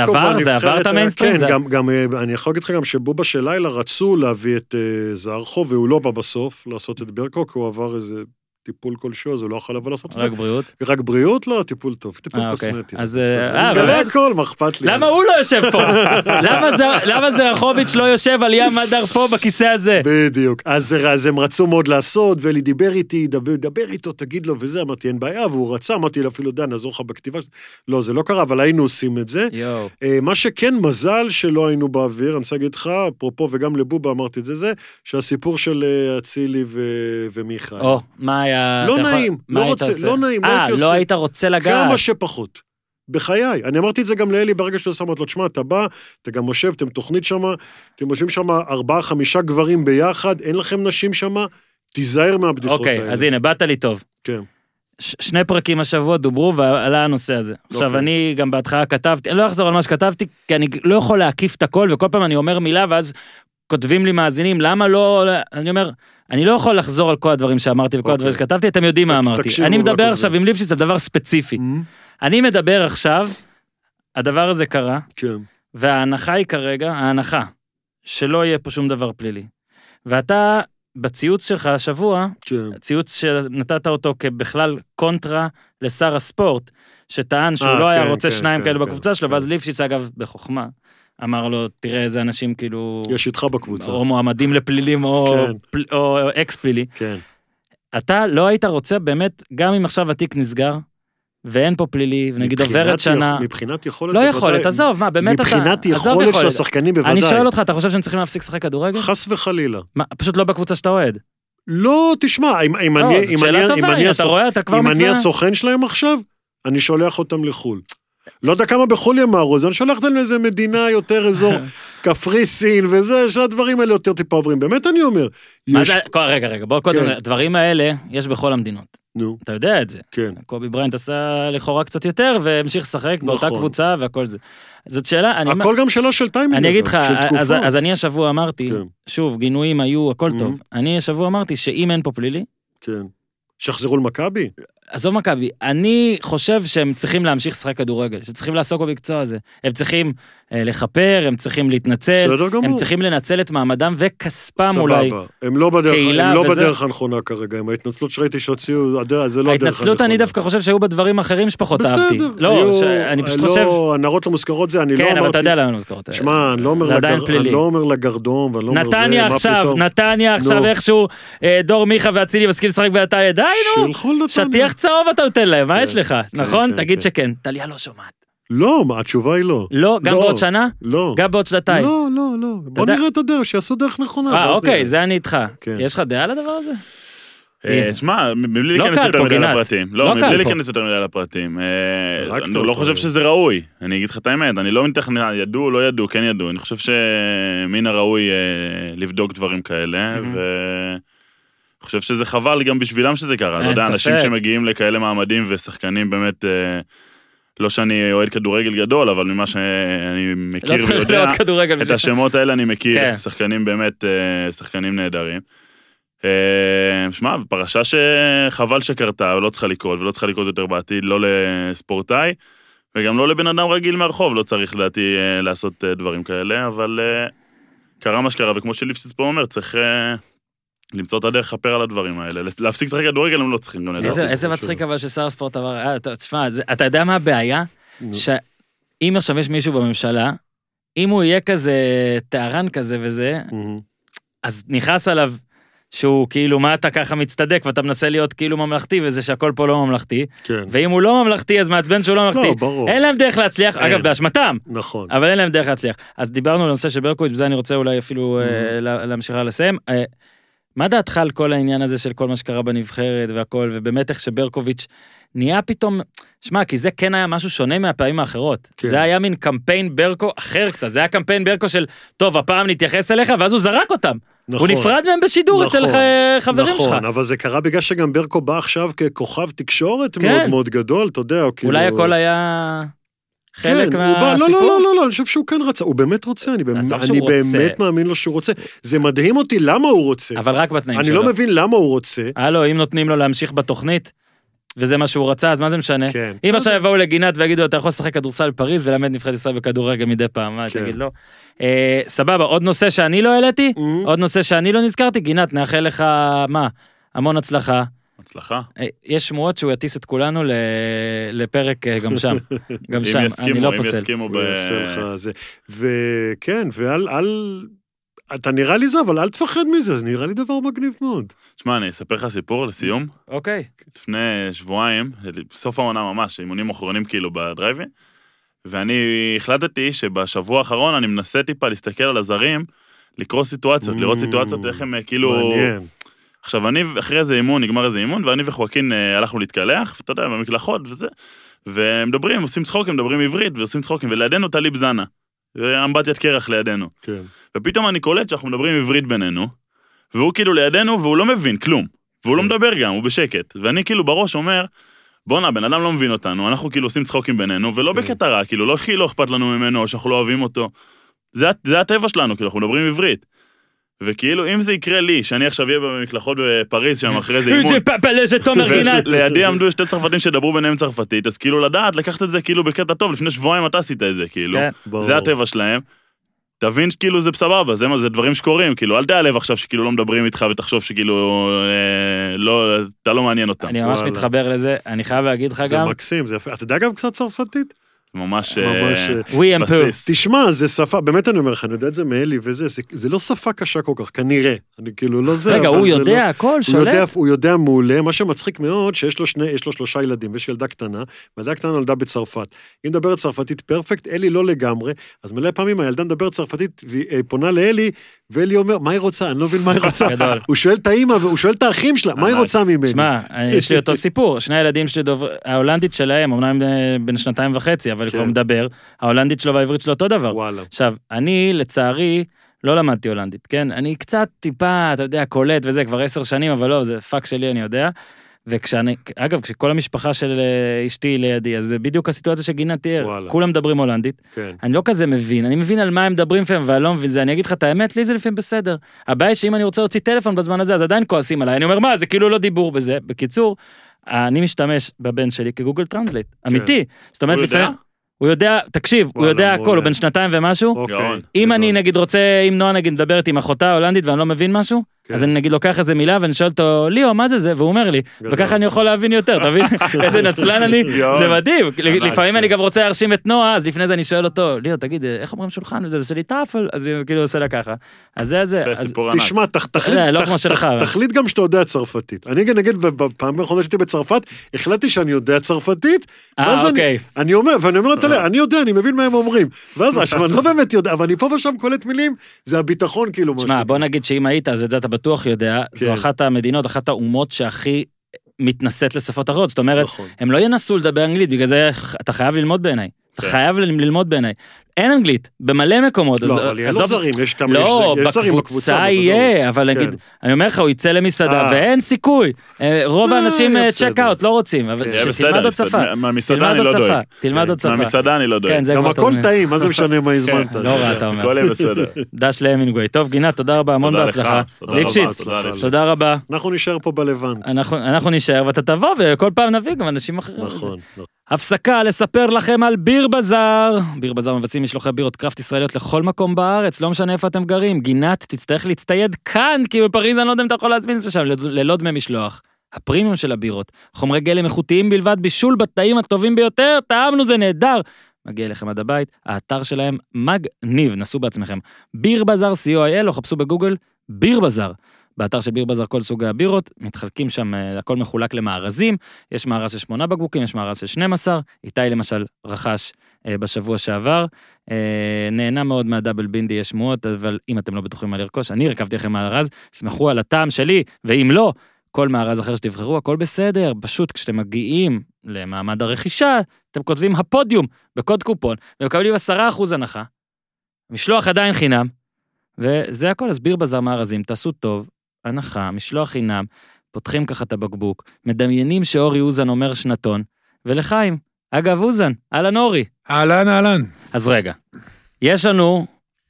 עבר את המיינסטרים? כן, גם, אני יכול להגיד לך גם שבובה של לילה רצו להביא את זרחו, והוא לא בא בסוף לעשות את ברקו, כי הוא עבר איזה טיפול כלשהו, אז הוא לא יכול לבוא לעשות את זה. רק בריאות? רק בריאות? לא, טיפול טוב, טיפול קוסמטי. אז... גלה הכל, מה אכפת לי? למה הוא לא יושב פה? למה זרחוביץ' לא יושב על ים מדר פה בכיסא הזה? בדיוק. אז הם רצו מאוד לעשות, ואלי דיבר איתי, דבר איתו, תגיד לו, וזה, אמרתי, אין בעיה, והוא רצה, אמרתי לו, אפילו דן, נעזור לך בכתיבה. לא, זה לא קרה, אבל היינו עושים את זה. מה שכן, מזל שלא היינו באוויר, אני רוצה להגיד לך, אפרופו, וגם לבובה אמרתי את זה, שהסיפור של אצילי ומיכאל. מה היה? לא נעים, לא נעים, לא היית רוצה לגעת. כמה שפחות. בחיי. אני אמרתי את זה גם לאלי ברגע שאתה שמת לו, תשמע, אתה בא, אתה גם יושב, אתם תוכנית שמה, אתם יושבים שמה 4-5 גברים ביחד, אין לכם נשים שמה, תיזהר מהבדיחות האלה. אוקיי, אז הנה, באת לי טוב. כן. 2 פרקים השבוע דוברו ועלה הנושא הזה. עכשיו, אני גם בהתחלה כתבתי, אני לא אחזור על מה שכתבתי, כי אני לא יכול להקיף את הכל, וכל פעם אני אומר מילה, ואז כותבים לי מאזינים, למה לא, אני אומר, אני לא יכול לחזור על כל הדברים שאמרתי וכל הדברים שכתבתי, אתם יודעים מה אמרתי. אני מדבר עכשיו עם ליפשיץ על דבר ספציפי. אני מדבר עכשיו, הדבר הזה קרה, וההנחה היא כרגע, ההנחה, שלא יהיה פה שום דבר פלילי. ואתה, בציוץ שלך השבוע, ציוץ שנתת אותו כבכלל קונטרה לשר הספורט, שטען שהוא לא היה רוצה 2 כאלה בקבוצה שלו, ואז ליפשיץ אגב בחוכמה, אמר לו, תראה איזה אנשים כאילו... יש איתך בקבוצה. או מועמדים לפלילים, או אקס פלילי. כן. אתה לא היית רוצה באמת, גם אם עכשיו התיק נסגר, ואין פה פלילי, ונגיד עוברת שנה... מבחינת יכולת... לא יכולת, עזוב, מה, באמת אתה... מבחינת יכולת של השחקנים בוודאי. אני שואל אותך, אתה חושב שהם צריכים להפסיק לשחק כדורגל? חס וחלילה. מה, פשוט לא בקבוצה שאתה אוהד. לא, תשמע, אם אני הסוכן שלהם עכשיו, אני שולח אותם לחול. לא יודע כמה בחול ימרו, אני שולח אותם לאיזה מדינה יותר אזור קפריסין וזה, שהדברים האלה יותר טיפה עוברים. באמת אני אומר. רגע, בוא קודם, הדברים האלה יש בכל המדינות. נו. אתה יודע את זה. כן. קובי בריינט עשה לכאורה קצת יותר, והמשיך לשחק באותה קבוצה והכל זה. זאת שאלה, הכל גם שאלה של טיימינג. אני אגיד לך, אז אני השבוע אמרתי, שוב, גינויים היו, הכל טוב. אני השבוע אמרתי שאם אין פה פלילי, כן. שחזרו למכבי? עזוב מכבי, אני חושב שהם צריכים להמשיך לשחק כדורגל, שצריכים לעסוק במקצוע הזה. הם צריכים לחפר, הם צריכים להתנצל, הם צריכים לנצל את מעמדם וכספם אולי. הם לא בדרך הנכונה כרגע, עם ההתנצלות שראיתי שהוציאו, זה לא הדרך הנכונה. ההתנצלות אני דווקא חושב שהיו בדברים אחרים שפחות אהבתי. בסדר. לא, אני פשוט חושב... הנערות למוזכרות זה, אני לא אמרתי... כן, אבל אתה יודע למה למוזכרות. שמע, אני לא אומר לגרדום, ואני לא אומר זה, נתניה עכשיו איכשהו, דור מיכה ואצילי מסכים לשחק בנתניה, די נו, שטיח צהוב אתה נותן להם, מה יש לך? נכון? תגיד שכן. טליה לא שומעת. לא, התשובה היא לא. לא, גם בעוד שנה? לא. גם בעוד שנתיים? לא, לא, לא. בוא נראה את הדרך, שיעשו דרך נכונה. אוקיי, זה אני איתך. כן. יש לך דעה לדבר הזה? שמע, מבלי להיכנס יותר מדי לפרטים. לא, מבלי להיכנס יותר מדי לפרטים. אני לא חושב שזה ראוי. אני אגיד לך את האמת, אני לא מתכנן, ידעו, לא ידעו, כן ידעו. אני חושב שמן הראוי לבדוק דברים כאלה, ואני חושב שזה חבל גם בשבילם שזה קרה. אתה יודע, אנשים שמגיעים לכאלה מעמדים ושחקנים באמת, לא שאני אוהד כדורגל גדול, אבל ממה שאני מכיר ויודע, את השמות האלה אני מכיר, שחקנים באמת, שחקנים נהדרים. שמע, פרשה שחבל שקרתה, ולא צריכה לקרות, ולא צריכה לקרות יותר בעתיד, לא לספורטאי, וגם לא לבן אדם רגיל מהרחוב, לא צריך לדעתי לעשות דברים כאלה, אבל קרה מה שקרה, וכמו שליפשיץ פה אומר, צריך למצוא את הדרך לחפר על הדברים האלה, להפסיק לשחק כדורגל, הם לא צריכים גם לדעת. איזה מצחיק אבל ששר הספורט עבר, תשמע, אתה יודע מה הבעיה? שאם עכשיו יש מישהו בממשלה, אם הוא יהיה כזה טהרן כזה וזה, אז נכנס עליו שהוא כאילו, מה אתה ככה מצטדק, ואתה מנסה להיות כאילו ממלכתי, וזה שהכל פה לא ממלכתי, ואם הוא לא ממלכתי, אז מעצבן שהוא לא ממלכתי. אין להם דרך להצליח, אגב, באשמתם. נכון. אבל אין להם דרך להצליח. אז דיברנו על נושא של ברקוביץ', בזה אני רוצה אולי אפילו להמשיך לסיים. מה דעתך על כל העניין הזה של כל מה שקרה בנבחרת והכל, ובאמת איך שברקוביץ' נהיה פתאום, שמע, כי זה כן היה משהו שונה מהפעמים האחרות. זה היה מין קמפיין ברקו אחר קצת, זה היה קמפיין ברקו של, טוב, הפעם נתייחס אליך, ואז הוא זרק אותם. הוא נפרד מהם בשידור אצל חברים שלך. נכון, אבל זה קרה בגלל שגם ברקו בא עכשיו ככוכב תקשורת מאוד מאוד גדול, אתה יודע. אולי הכל היה חלק מהסיפור. לא, אני חושב שהוא כן רצה, הוא באמת רוצה, אני באמת מאמין לו שהוא רוצה. זה מדהים אותי למה הוא רוצה. אבל רק בתנאים שלו. אני לא מבין למה הוא רוצה. אם נותנים לו להמשיך בתוכנית, וזה מה שהוא רצה, אז מה זה משנה? אם עכשיו יבואו לגינת ויגידו, אתה יכול לשחק כדורסל בפריז, ולמד נבחרת ישראל בכדורגל מדי פעם, מה תגיד לא? סבבה, עוד נושא שאני לא העליתי, עוד נושא שאני לא נזכרתי, גינת, נאחל לך, מה? המון הצלחה. הצלחה. יש שמועות שהוא יטיס את כולנו לפרק גם שם. גם שם, אני לא פוסל. אם יסכימו וכן, אתה נראה לי זה, אבל אל תפחד מזה, זה נראה לי דבר מגניב מאוד. שמע, אני אספר לך סיפור לסיום. אוקיי. לפני שבועיים, בסוף העונה ממש, אימונים אחרונים כאילו בדרייבי, ואני החלטתי שבשבוע האחרון אני מנסה טיפה להסתכל על הזרים, לקרוא סיטואציות, לראות סיטואציות, איך הם כאילו... מעניין. עכשיו, אני אחרי איזה אימון, נגמר איזה אימון, ואני וחואקין הלכנו להתקלח, ואתה יודע, במקלחות וזה, ומדברים, עושים צחוקים, מדברים עברית, ועושים צחוקים, ולידינו טליב זנה, ואמבטיית קרח לידינו. כן. ופתאום אני קולט שאנחנו מדברים עברית בינינו, והוא כאילו לידינו, והוא לא מבין כלום, והוא לא מדבר גם, הוא בשקט, ואני כאילו בראש אומר, בוא'נה, בן אדם לא מבין אותנו, אנחנו כאילו עושים צחוקים בינינו, ולא בקטע רע, כאילו לא אכפת לנו ממנו, או שאנחנו לא אוהבים אותו. זה הטבע שלנו, כאילו אנחנו מדברים עברית. וכאילו, אם זה יקרה לי, שאני עכשיו אהיה במקלחות בפריז, שם אחרי זה אימון, ולידי עמדו שתי צרפתים שדברו ביניהם צרפתית, אז כאילו לדעת, לקחת את זה כאילו בקטע טוב, לפני שבועיים אתה עשית את זה, כאילו, זה הטבע שלהם, תבין שכאילו זה בסבבה, זה דברים שקורים, כאילו, אל תעלב עכשיו שכאילו לא מדברים איתך, ותחשוב שכאילו, אתה לא מעניין אותם. אני ממש מתחבר לזה, אני חייב להגיד לך גם. זה מקסים, זה יפה. אתה יודע גם קצת צרפתית? ממש בסיס. תשמע, זה שפה, באמת אני אומר לך, אני יודע את זה מאלי וזה, זה לא שפה קשה כל כך, כנראה. אני כאילו לא זה. רגע, הוא יודע הכל, שולט. הוא יודע מעולה, מה שמצחיק מאוד, שיש לו 3 ילדים, ויש ילדה קטנה, והילדה קטנה נולדה בצרפת. היא מדברת צרפתית פרפקט, אלי לא לגמרי, אז מלא פעמים הילדה מדברת צרפתית, והיא פונה לאלי, ואלי אומר, מה היא רוצה? אני לא מבין מה היא רוצה. הוא שואל את האמא, והוא שואל את האחים שלה, מה היא רוצה ממני? שמע, יש לי אותו סיפור, שני הילדים שלי ההולנדית שלהם, אמנם בין 2.5, אבל כבר מדבר, ההולנדית שלו והעברית שלו אותו דבר. עכשיו, אני לצערי לא למדתי הולנדית, כן? אני קצת טיפה, אתה יודע, קולט וזה, כבר 10 שנים, אבל לא, זה פאק שלי, אני יודע. אגב, כשכל המשפחה של אשתי לידי, אז זה בדיוק הסיטואציה שגינה תיאר, כולם מדברים הולנדית, אני לא כזה מבין, אני מבין על מה הם מדברים לפעמים, ואני לא מבין זה, אני אגיד לך את האמת, לי זה לפעמים בסדר. הבעיה שאם אני רוצה להוציא טלפון בזמן הזה, אז עדיין כועסים עליי, אני אומר, מה, זה כאילו לא דיבור בזה. בקיצור, אני משתמש בבן שלי כגוגל טרנסלייט, אמיתי. זאת אומרת, לפעמים, הוא יודע, תקשיב, הוא יודע הכל, הוא בן 2 ומשהו, אם אני נגיד רוצה, אם נועה נגיד מדברת עם אחותה הולנדית ואני לא מבין משהו, אז אני נגיד לוקח איזה מילה ואני שואל אותו, ליאו, מה זה? והוא אומר לי, וככה אני יכול להבין יותר, תבין? איזה נצלן אני, זה מדהים. לפעמים אני גם רוצה להרשים את נועה, אז לפני זה אני שואל אותו, ליאו, תגיד, איך אומרים שולחן? וזה עושה לי טאפל, אז הוא כאילו עושה לה ככה. אז זה. תשמע, תחליט גם שאתה יודע צרפתית. אני נגיד, בפעם האחרונה שהייתי בצרפת, החלטתי שאני יודע צרפתית, ואז אני אומר, ואני אומר לתלה, אני יודע, אני מבין מה הם אומרים. ואז אני לא באמת יודע, אבל אני פה ושם קולט מילים, זה הביטחון כאילו. תשמע, בוא נגיד שאם היית, אז את זה אתה בטוח יודע, זו אחת המדינות, אחת האומות שהכי מתנשאת לשפות אחרות, זאת אומרת, הם לא ינסו לדבר אנגלית, בגלל זה אתה חייב ללמוד בעיניי. אתה חייב ללמוד בעיניי. אין אנגלית, במלא מקומות. לא, אבל יהיה לו זרים, יש כמה לא, בקבוצה יהיה, אבל נגיד, אני אומר לך, הוא יצא למסעדה, ואין סיכוי. רוב האנשים צ'ק אאוט, לא רוצים, אבל תלמד עוד שפה. מהמסעדה אני לא דואג. תלמד עוד שפה. מהמסעדה אני לא דואג. גם הכל טעים, מה זה משנה מה הזמנת? לא רע, אתה אומר. הכל יהיה בסדר. דש להמינגווי. טוב, גינת, תודה רבה, המון בהצלחה. ליפשיץ, תודה רבה. אנחנו נשאר פה בלבנט. אנחנו נשאר, ואתה תבוא, וכל פעם נביא גם אנשים אחרים. נכון. הפסקה לספר לכם על ביר בזאר. ביר בזאר מבצעים משלוחי בירות קראפט ישראליות לכל מקום בארץ, לא משנה איפה אתם גרים. גינת, תצטרך להצטייד כאן, כי בפריז אני לא יודע אם אתה יכול להזמין את זה שם, ללא דמי משלוח. הפרימיום של הבירות, חומרי גלם איכותיים בלבד, בישול בתנאים הטובים ביותר, טעמנו זה נהדר. מגיע אליכם עד הבית, האתר שלהם מגניב, נסו בעצמכם. ביר בזאר co.il, או חפשו בגוגל ביר בזאר. באתר של ביר בזאר כל סוגי הבירות, מתחלקים שם, הכל מחולק למארזים, יש מארז של 8 בקבוקים, יש מארז של 12, איתי למשל רכש בשבוע שעבר, נהנה מאוד מהדאבל בינדי, יש שמועות, אבל אם אתם לא בטוחים מה לרכוש, אני הרכבתי לכם מארז, סמכו על הטעם שלי, ואם לא, כל מארז אחר שתבחרו, הכל בסדר, פשוט כשאתם מגיעים למעמד הרכישה, אתם כותבים הפודיום בקוד קופון, ומקבלים 10% הנחה, משלוח עדיין חינם, וזה הכל, אז ביר בזאר מארזים, תעשו טוב, הנחה, משלוח חינם, פותחים ככה את הבקבוק, מדמיינים שאורי אוזן אומר שנתון, ולחיים, אגב אוזן, אהלן אורי. אהלן. אז רגע, יש לנו,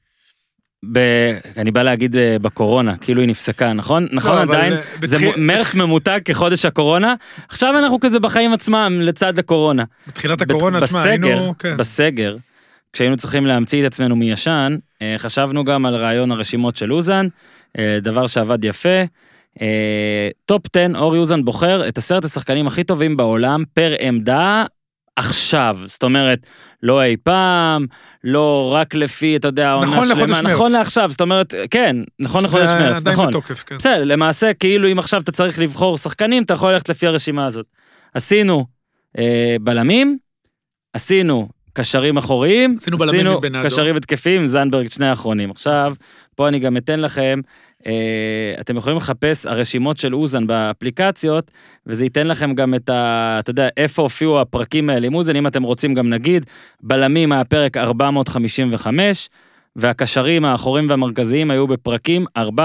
אני בא להגיד בקורונה, כאילו היא נפסקה, נכון? נכון עדיין, זה מרץ ממותג כחודש הקורונה, עכשיו אנחנו כזה בחיים עצמם לצד הקורונה. בתחילת הקורונה, היינו, בסגר, כשהיינו צריכים להמציא את עצמנו מישן, חשבנו גם על רעיון הרשימות של אוזן, דבר שעבד יפה, טופ 10, אורי אוזן בוחר את 10 השחקנים הכי טובים בעולם, פר עמדה, עכשיו, זאת אומרת, לא אי פעם, לא רק לפי, אתה יודע, נכון לחודש מרץ. נכון לעכשיו, זאת אומרת, כן, נכון לחודש מרץ, נכון. זה עדיין בתוקף, כן. בסדר, למעשה, כאילו אם עכשיו אתה צריך לבחור שחקנים, אתה יכול ללכת לפי הרשימה הזאת. עשינו בלמים, עשינו קשרים אחוריים, עשינו קשרים התקפיים, זנברג, שני האחרונים. עכשיו, פה אני גם אתן לכם, אתם יכולים לחפש הרשימות של אוזן באפליקציות, וזה ייתן לכם גם את אתה יודע, איפה הופיעו הפרקים האלה עם אוזן, אם אתם רוצים גם נגיד, בלמים מהפרק 455, והקשרים האחוריים והמרכזיים היו בפרקים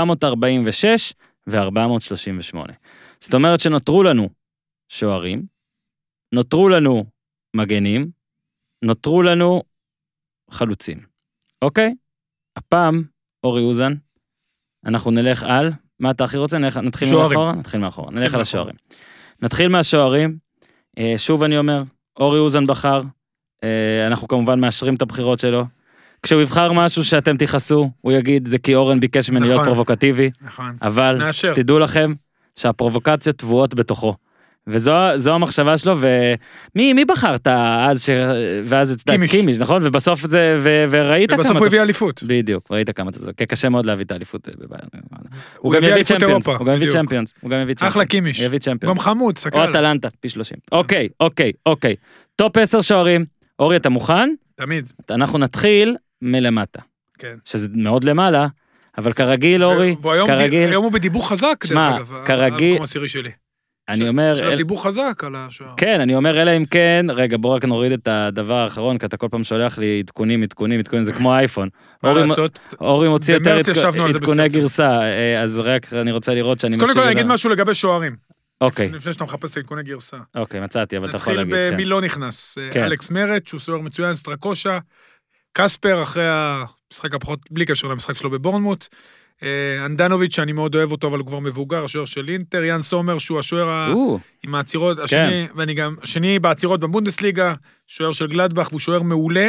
446 ו-438. זאת אומרת שנותרו לנו שוערים, נותרו לנו מגנים, נותרו לנו חלוצים. אוקיי? הפעם, אורי אוזן, אנחנו נלך על, מה אתה הכי רוצה? נתחיל מאחורה? נתחיל מאחורה. נלך על השוערים. נתחיל מהשוערים, שוב אני אומר, אורי אוזן בחר, אנחנו כמובן מאשרים את הבחירות שלו, כשהוא יבחר משהו שאתם תיחסו, הוא יגיד, זה כי אורן ביקש ממני להיות פרובוקטיבי, אבל תדעו לכם שהפרובוקציות טבועות בתוכו. וזו המחשבה שלו, ומי בחרת אז, ואז הצדק קימיש, נכון? ובסוף זה, וראית כמה... ובסוף הוא הביא אליפות. בדיוק, ראית כמה זה, כי קשה מאוד להביא את האליפות בביירן. הוא גם הביא צ'מפיונס, אחלה קימיש, גם חמוד, סקר. או אטלנטה, פי 30. אוקיי. טופ 10 שוערים, אורי, אתה מוכן? תמיד. אנחנו נתחיל מלמטה. כן. שזה מאוד למעלה, אבל כרגיל, אורי, כרגיל... היום הוא בדיבור חזק, דרך אגב, המקום הסירי שלי. אני אומר... של דיבור חזק על השוער. כן, אני אומר, אלא אם כן, רגע, בוא רק נוריד את הדבר האחרון, כי אתה כל פעם שולח לי עדכונים, זה כמו אייפון. אורי מוציא יותר עדכוני גרסה, אז רק אני רוצה לראות שאני מציג... אז קודם כל אני אגיד משהו לגבי שוערים. אוקיי. לפני שאתה מחפש עדכוני גרסה. אוקיי, מצאתי, אבל אתה יכול להגיד. נתחיל במי לא נכנס. אלכס מרט, שהוא שוער מצוין, סטרקושה, קספר, אחרי המשחק הפחות, בלי קשר למשחק שלו בבורנמוט, אנדנוביץ' שאני מאוד אוהב אותו, אבל הוא כבר מבוגר, השוער של אינטר, יאן סומר, שהוא השוער עם העצירות, השני, ואני גם, השני בעצירות בבונדסליגה, שוער של גלדבך, והוא שוער מעולה,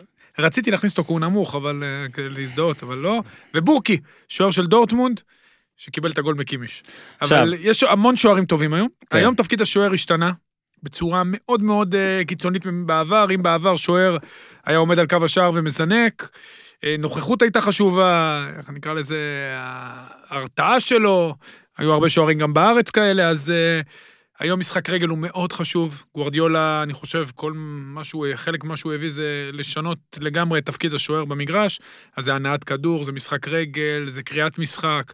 רציתי להכניס אותו כי הוא נמוך, אבל להזדהות, אבל לא, ובורקי, שוער של דורטמונד, שקיבל את הגול מקימיש. אבל יש המון שוערים טובים היום. היום תפקיד השוער השתנה בצורה מאוד מאוד קיצונית בעבר. אם בעבר שוער היה עומד על קו השער ומזנק, נוכחות הייתה חשובה, איך נקרא לזה, ההרתעה שלו, היו הרבה שוערים גם בארץ כאלה, אז היום משחק רגל הוא מאוד חשוב. גוארדיולה, אני חושב, חלק מה שהוא הביא זה לשנות לגמרי את תפקיד השוער במגרש, אז זה הנעת כדור, זה משחק רגל, זה קריאת משחק,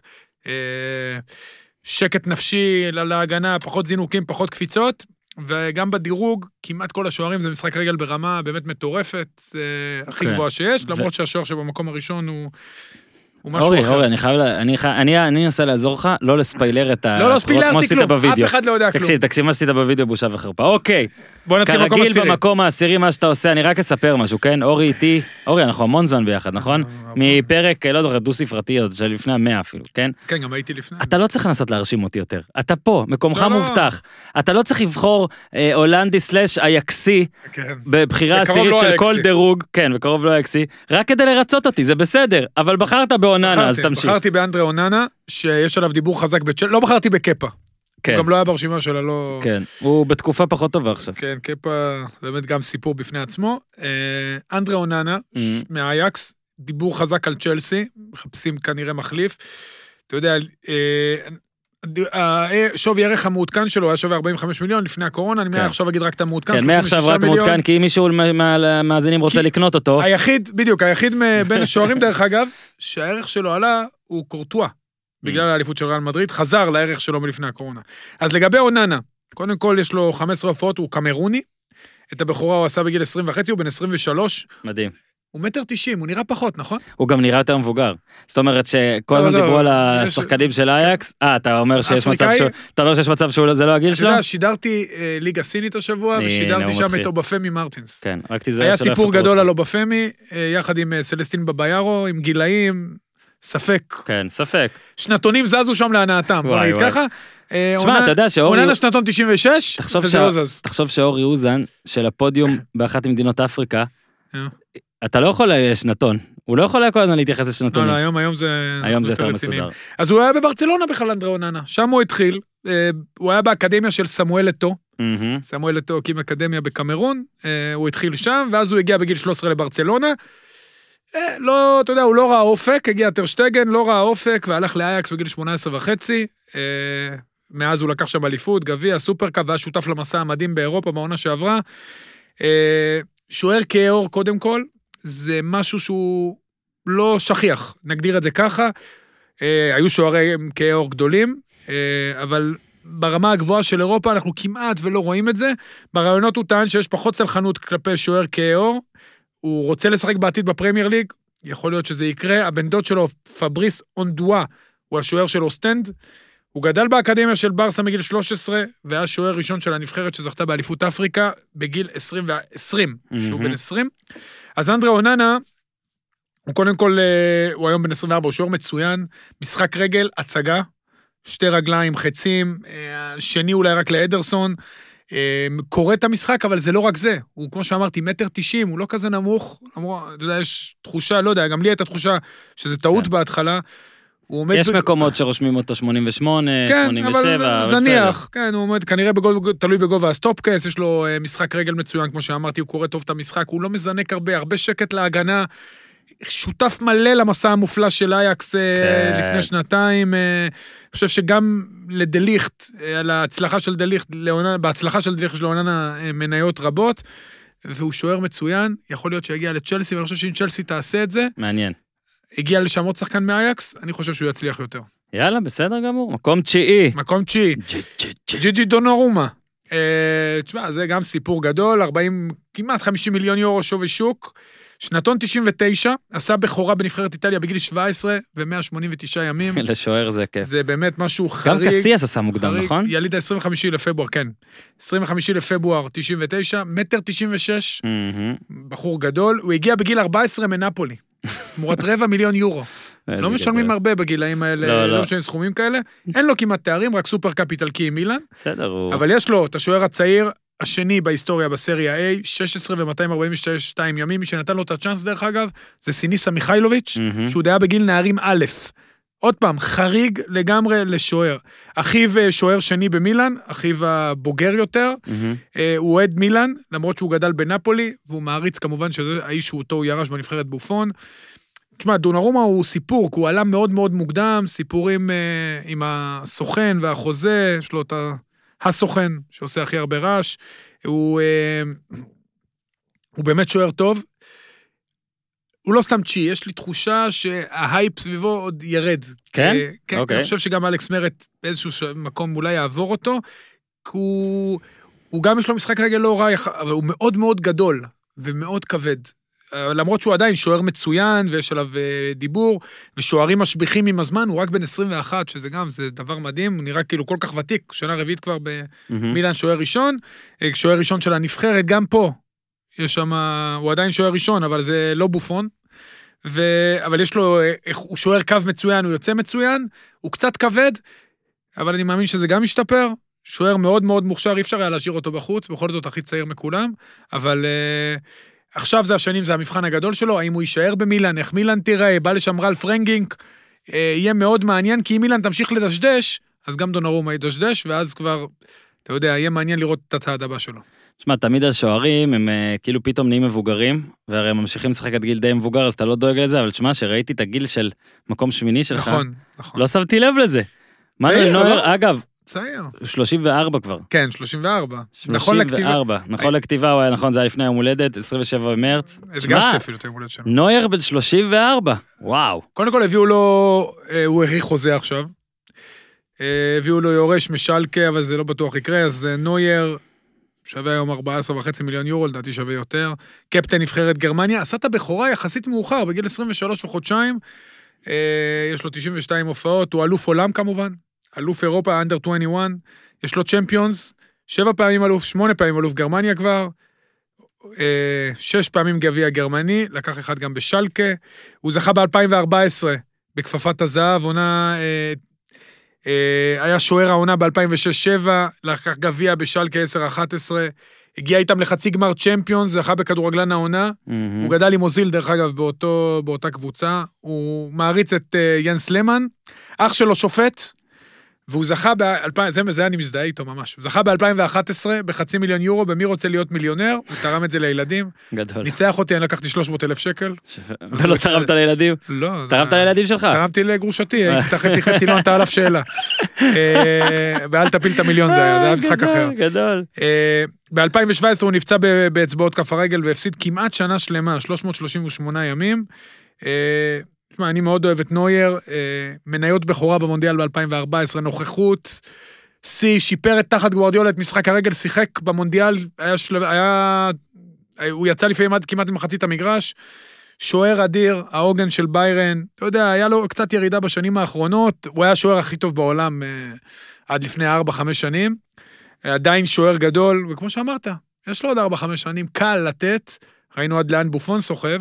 שקט נפשי להגנה, פחות זינוקים, פחות קפיצות, וגם בדירוג, כמעט כל השוערים זה משחק רגל ברמה באמת מטורפת, הכי גבוהה שיש, למרות שהשוער שבמקום הראשון הוא משהו אחר. אורי, אני אנסה לעזור לך, לא לספיילר את לא ספיילרתי כלום, אף אחד לא יודע כלום. תקשיב, מה עשית בווידאו בושה וחרפה. אוקיי. בוא נתחיל במקום כרגיל העשירי. במקום העשירי מה שאתה עושה, אני רק אספר משהו, כן? אורי איתי, אורי, אנחנו המון זמן ביחד, נכון? מפרק, לא יודע, דו-ספרתי, עוד של לפני 100 אפילו, כן? כן, גם הייתי לפני. אתה לא צריך לנסות להרשים אותי יותר. אתה פה, מקומך מובטח. אתה לא צריך לבחור הולנדי סלש אייקסי, בבחירה עשירית של כל דירוג, כן, וקרוב לא אייקסי, רק כדי לרצות אותי, זה בסדר, אבל בחרת באוננה, אז תמשיך. בחרתי באנדרה אוננה, שיש עליו דיבור חזק לא בחרתי בקפה. הוא גם לא היה ברשימה שלה, לא... כן, הוא בתקופה פחות טובה עכשיו. כן, קפה, באמת גם סיפור בפני עצמו. אנדרה אוננה, מהאייקס, דיבור חזק על צ'לסי, מחפשים כנראה מחליף. אתה יודע, שווי ערך המעודכן שלו היה שווה 45 מיליון לפני הקורונה, אני עכשיו אגיד רק את המעודכן, כן, מעכשיו רק מעודכן, כי אם מישהו מהמאזינים רוצה לקנות אותו... היחיד בין השוערים דרך אגב, שהערך שלו עלה הוא קורטואה. בגלל האליפות של ריאל מדריד, חזר לערך שלו מלפני הקורונה. אז לגבי אוננה, קודם כל יש לו 15 הופעות, הוא קמרוני, את הבכורה הוא עשה בגיל 20 וחצי, הוא בן 23. מדהים. הוא 1.90 מטר, הוא נראה פחות, נכון? הוא גם נראה יותר מבוגר. זאת אומרת שכל הזמן דיברו על השחקנים של אייקס, אתה אומר שיש מצב שזה לא הגיל שלו? אתה יודע, שידרתי ליגה סינית השבוע, ושידרתי שם את אובפמי מרטינס. כן, רק תיזהר היה סיפור גדול על אובפמי, יחד עם סלסטין בביירו, עם גילאים, ספק. כן, ספק. שנתונים זזו שם להנאתם, בוא נגיד ככה. תשמע, אתה יודע שאורי... עונה לשנתון 96, וזה לא זז. תחשוב שאורי אוזן, של הפודיום באחת ממדינות אפריקה, אתה לא יכול שנתון. הוא לא יכול כל הזמן להתייחס לשנתונים. לא, היום זה יותר מסודר. אז הוא היה בברצלונה בכלל, אנדרה אוננה. שם הוא התחיל, הוא היה באקדמיה של סמואל אתו. סמואל אתו הקים אקדמיה בקמרון, הוא התחיל שם, ואז הוא הגיע בגיל 13 לברצלונה. לא, אתה יודע, הוא לא ראה אופק, הגיע טרשטגן, לא ראה אופק, והלך לאייקס בגיל 18 וחצי. מאז הוא לקח שם אליפות, גביע, סופרקאפ, והיה שותף למסע המדהים באירופה בעונה שעברה. שוער כאור, קודם כל, זה משהו שהוא לא שכיח, נגדיר את זה ככה. היו שוערי כאור גדולים, אבל ברמה הגבוהה של אירופה אנחנו כמעט ולא רואים את זה. ברעיונות הוא טען שיש פחות סלחנות כלפי שוער כאור, הוא רוצה לשחק בעתיד בפרמייר ליג, יכול להיות שזה יקרה. הבן דוד שלו, פבריס אונדואה, הוא השוער של אוסטנד, הוא גדל באקדמיה של ברסה מגיל 13, והיה שוער ראשון של הנבחרת שזכתה באליפות אפריקה בגיל 20, שהוא בן 20. אז אנדרה אוננה, הוא קודם כל, הוא היום בן 24, הוא שוער מצוין, משחק רגל, הצגה, שתי רגליים, חצים, שני אולי רק לאדרסון, קורא את המשחק, אבל זה לא רק זה, הוא כמו שאמרתי, 1.90 מטר, הוא לא כזה נמוך, אתה יודע, יש תחושה, לא יודע, גם לי הייתה תחושה שזה טעות בהתחלה, יש מקומות שרושמים אותו 88, 87, אבל זניח, כן, הוא עומד כנראה תלוי בגובה הסטופקס, יש לו משחק רגל מצוין, כמו שאמרתי, הוא קורא טוב את המשחק, הוא לא מזנק הרבה שקט להגנה, שותף מלא למסע המופלא של אייקס לפני שנתיים, אני חושב שגם לדליכט, על ההצלחה של דליכט, בהצלחה של דליכט יש לו אוננה מניות רבות, והוא שוער מצוין, יכול להיות שיגיע לצ'לסי, ואני חושב שאם צ'לסי תעשה את זה, מעניין. הגיע לשם עוד שחקן מאייקס, אני חושב שהוא יצליח יותר. יאללה, בסדר גמור. מקום תשיעי. ג'יג'י דונרומה. תשמע, זה גם סיפור גדול, כמעט 50 מיליון יורו שווי שוק, שנתון 99, עשה בכורה בנבחרת איטליה בגיל 17 ו-189 ימים. לשוער זה כיף. זה באמת משהו חריג. גם קסיאס עשה מוקדם, נכון? יליד ה-25 לפברואר, כן. 25 לפברואר 99, 1.96 מטר, בחור גדול, הוא הגיע בגיל 14 מנפולי. תמורת 250,000 יורו. לא משלמים הרבה בגילאים האלה, לא משלמים סכומים כאלה. אין לו כמעט תארים, רק סופר קאפ איטלקי עם מילאן. אבל יש לו את השוער הצעיר, השני בהיסטוריה בסריה A, 16 ו-242 ימים, מי שנתן לו את הצ'אנס דרך אגב, זה סיניסה מיכאילוביץ', שהוא דהיה בגיל נערים א'. עוד פעם, חריג לגמרי לשוער. אחיו שוער שני במילאן, אחיו הבוגר יותר, הוא אוהד מילאן, למרות שהוא גדל בנפולי, והוא מעריץ כמובן שזה האיש שאותו הוא ירש בנבחרת בופון. תשמע, דונרומה הוא סיפור, כי הוא עלה מאוד מאוד מוקדם, סיפורים עם הסוכן והחוזה, יש לו את הסוכן שעושה הכי הרבה רעש, הוא באמת שוער טוב, הוא לא סתם צ'י, יש לי תחושה שההייפ סביבו עוד ירד. כן? כן, אוקיי. אני חושב שגם אלכס מרט באיזשהו מקום אולי יעבור אותו, כי הוא גם יש לו משחק רגל לא רע, אבל הוא מאוד מאוד גדול ומאוד כבד. למרות שהוא עדיין שוער מצוין, ויש עליו דיבור, ושוערים משביחים עם הזמן, הוא רק בן 21, שזה גם, זה דבר מדהים, הוא נראה כאילו כל כך ותיק, שנה רביעית כבר במילאן שוער ראשון, שוער ראשון של הנבחרת, גם פה, יש שם, הוא עדיין שוער ראשון, אבל זה לא בופון, אבל יש לו, הוא שוער קו מצוין, הוא יוצא מצוין, הוא קצת כבד, אבל אני מאמין שזה גם משתפר, שוער מאוד מאוד מוכשר, אי אפשר היה להשאיר אותו בחוץ, בכל זאת הכי צעיר מכולם, אבל עכשיו זה השנים, זה המבחן הגדול שלו, האם הוא יישאר במילאן, איך מילאן תראה, בא לשם רלף רנגינק, יהיה מאוד מעניין, כי אם מילאן תמשיך לדשדש, אז גם דונרומה ידשדש, ואז כבר, אתה יודע, יהיה מעניין לראות את הצעד הבא שלו. תשמע, תמיד השוערים הם כאילו פתאום נהיים מבוגרים, והרי הם ממשיכים לשחק עד גיל די מבוגר, אז אתה לא דואג לזה, אבל תשמע, שראיתי את הגיל של מקום שמיני שלך, נכון, נכון. לא שמתי לב לזה. מנואל נויר, אגב, צעיר. 34 כבר. כן, 34. 34, נכון לכתיבה, הוא היה נכון, זה היה לפני יום הולדת, 27 במרץ. הדגשתי אפילו את יום הולדת שלנו. נויר בן 34, וואו. קודם כל הביאו לו, הוא האריך חוזה עכשיו, הביאו לו יורש משלקה, אבל זה לא בטוח יקרה, אז נויר שווה היום 14.5 מיליון יורו, לדעתי שווה יותר. קפטן נבחרת גרמניה, עשה את הבכורה יחסית מאוחר, בגיל 23 וחודשיים, יש לו 92 הופעות, הוא אלוף עולם כמובן, אלוף אירופה, אנדר 21, יש לו צ'מפיונס, 7 פעמים אלוף, 8 פעמים אלוף גרמניה כבר, 6 פעמים גביע גרמני, לקח אחד גם בשלקה, הוא זכה ב-2014 בכפפת הזהב, עונה, היה שוער העונה ב-2006-2007, לקח גביע בשלקה 10-11, הגיע איתם לחצי גמר צ'מפיונס, זכה בכדורגלן העונה, הוא גדל עם אוזיל דרך אגב באותה קבוצה, הוא מעריץ את ינס למן, אח שלו שופט, והוא זכה זה אני מזדהה איתו ממש, הוא זכה ב-2011 בחצי מיליון יורו, במי רוצה להיות מיליונר, הוא תרם את זה לילדים, גדול. ניצח אותי, אני לקחתי 300,000 שקל. ולא תרמת לילדים? לא. תרמת לילדים שלך? תרמתי לגרושתי, הייתי חצי, לא נתה עליו שאלה. ואל תפיל את המיליון זה היה משחק אחר. גדול. ב-2017 הוא נפצע באצבעות כף הרגל, והפסיד כמעט שנה שלמה, 338 ימים. תשמע, אני מאוד אוהב את נויר, מניות בכורה במונדיאל ב-2014, נוכחות, שיפר את תחת גוארדיולה את משחק הרגל, שיחק במונדיאל, הוא יצא לפעמים עד כמעט במחצית המגרש, שוער אדיר, העוגן של ביירן, אתה יודע, היה לו קצת ירידה בשנים האחרונות, הוא היה השוער הכי טוב בעולם עד לפני 4-5 שנים, עדיין שוער גדול, וכמו שאמרת, יש לו עוד 4-5 שנים, קל לתת, ראינו עד לאן בופון סוחב,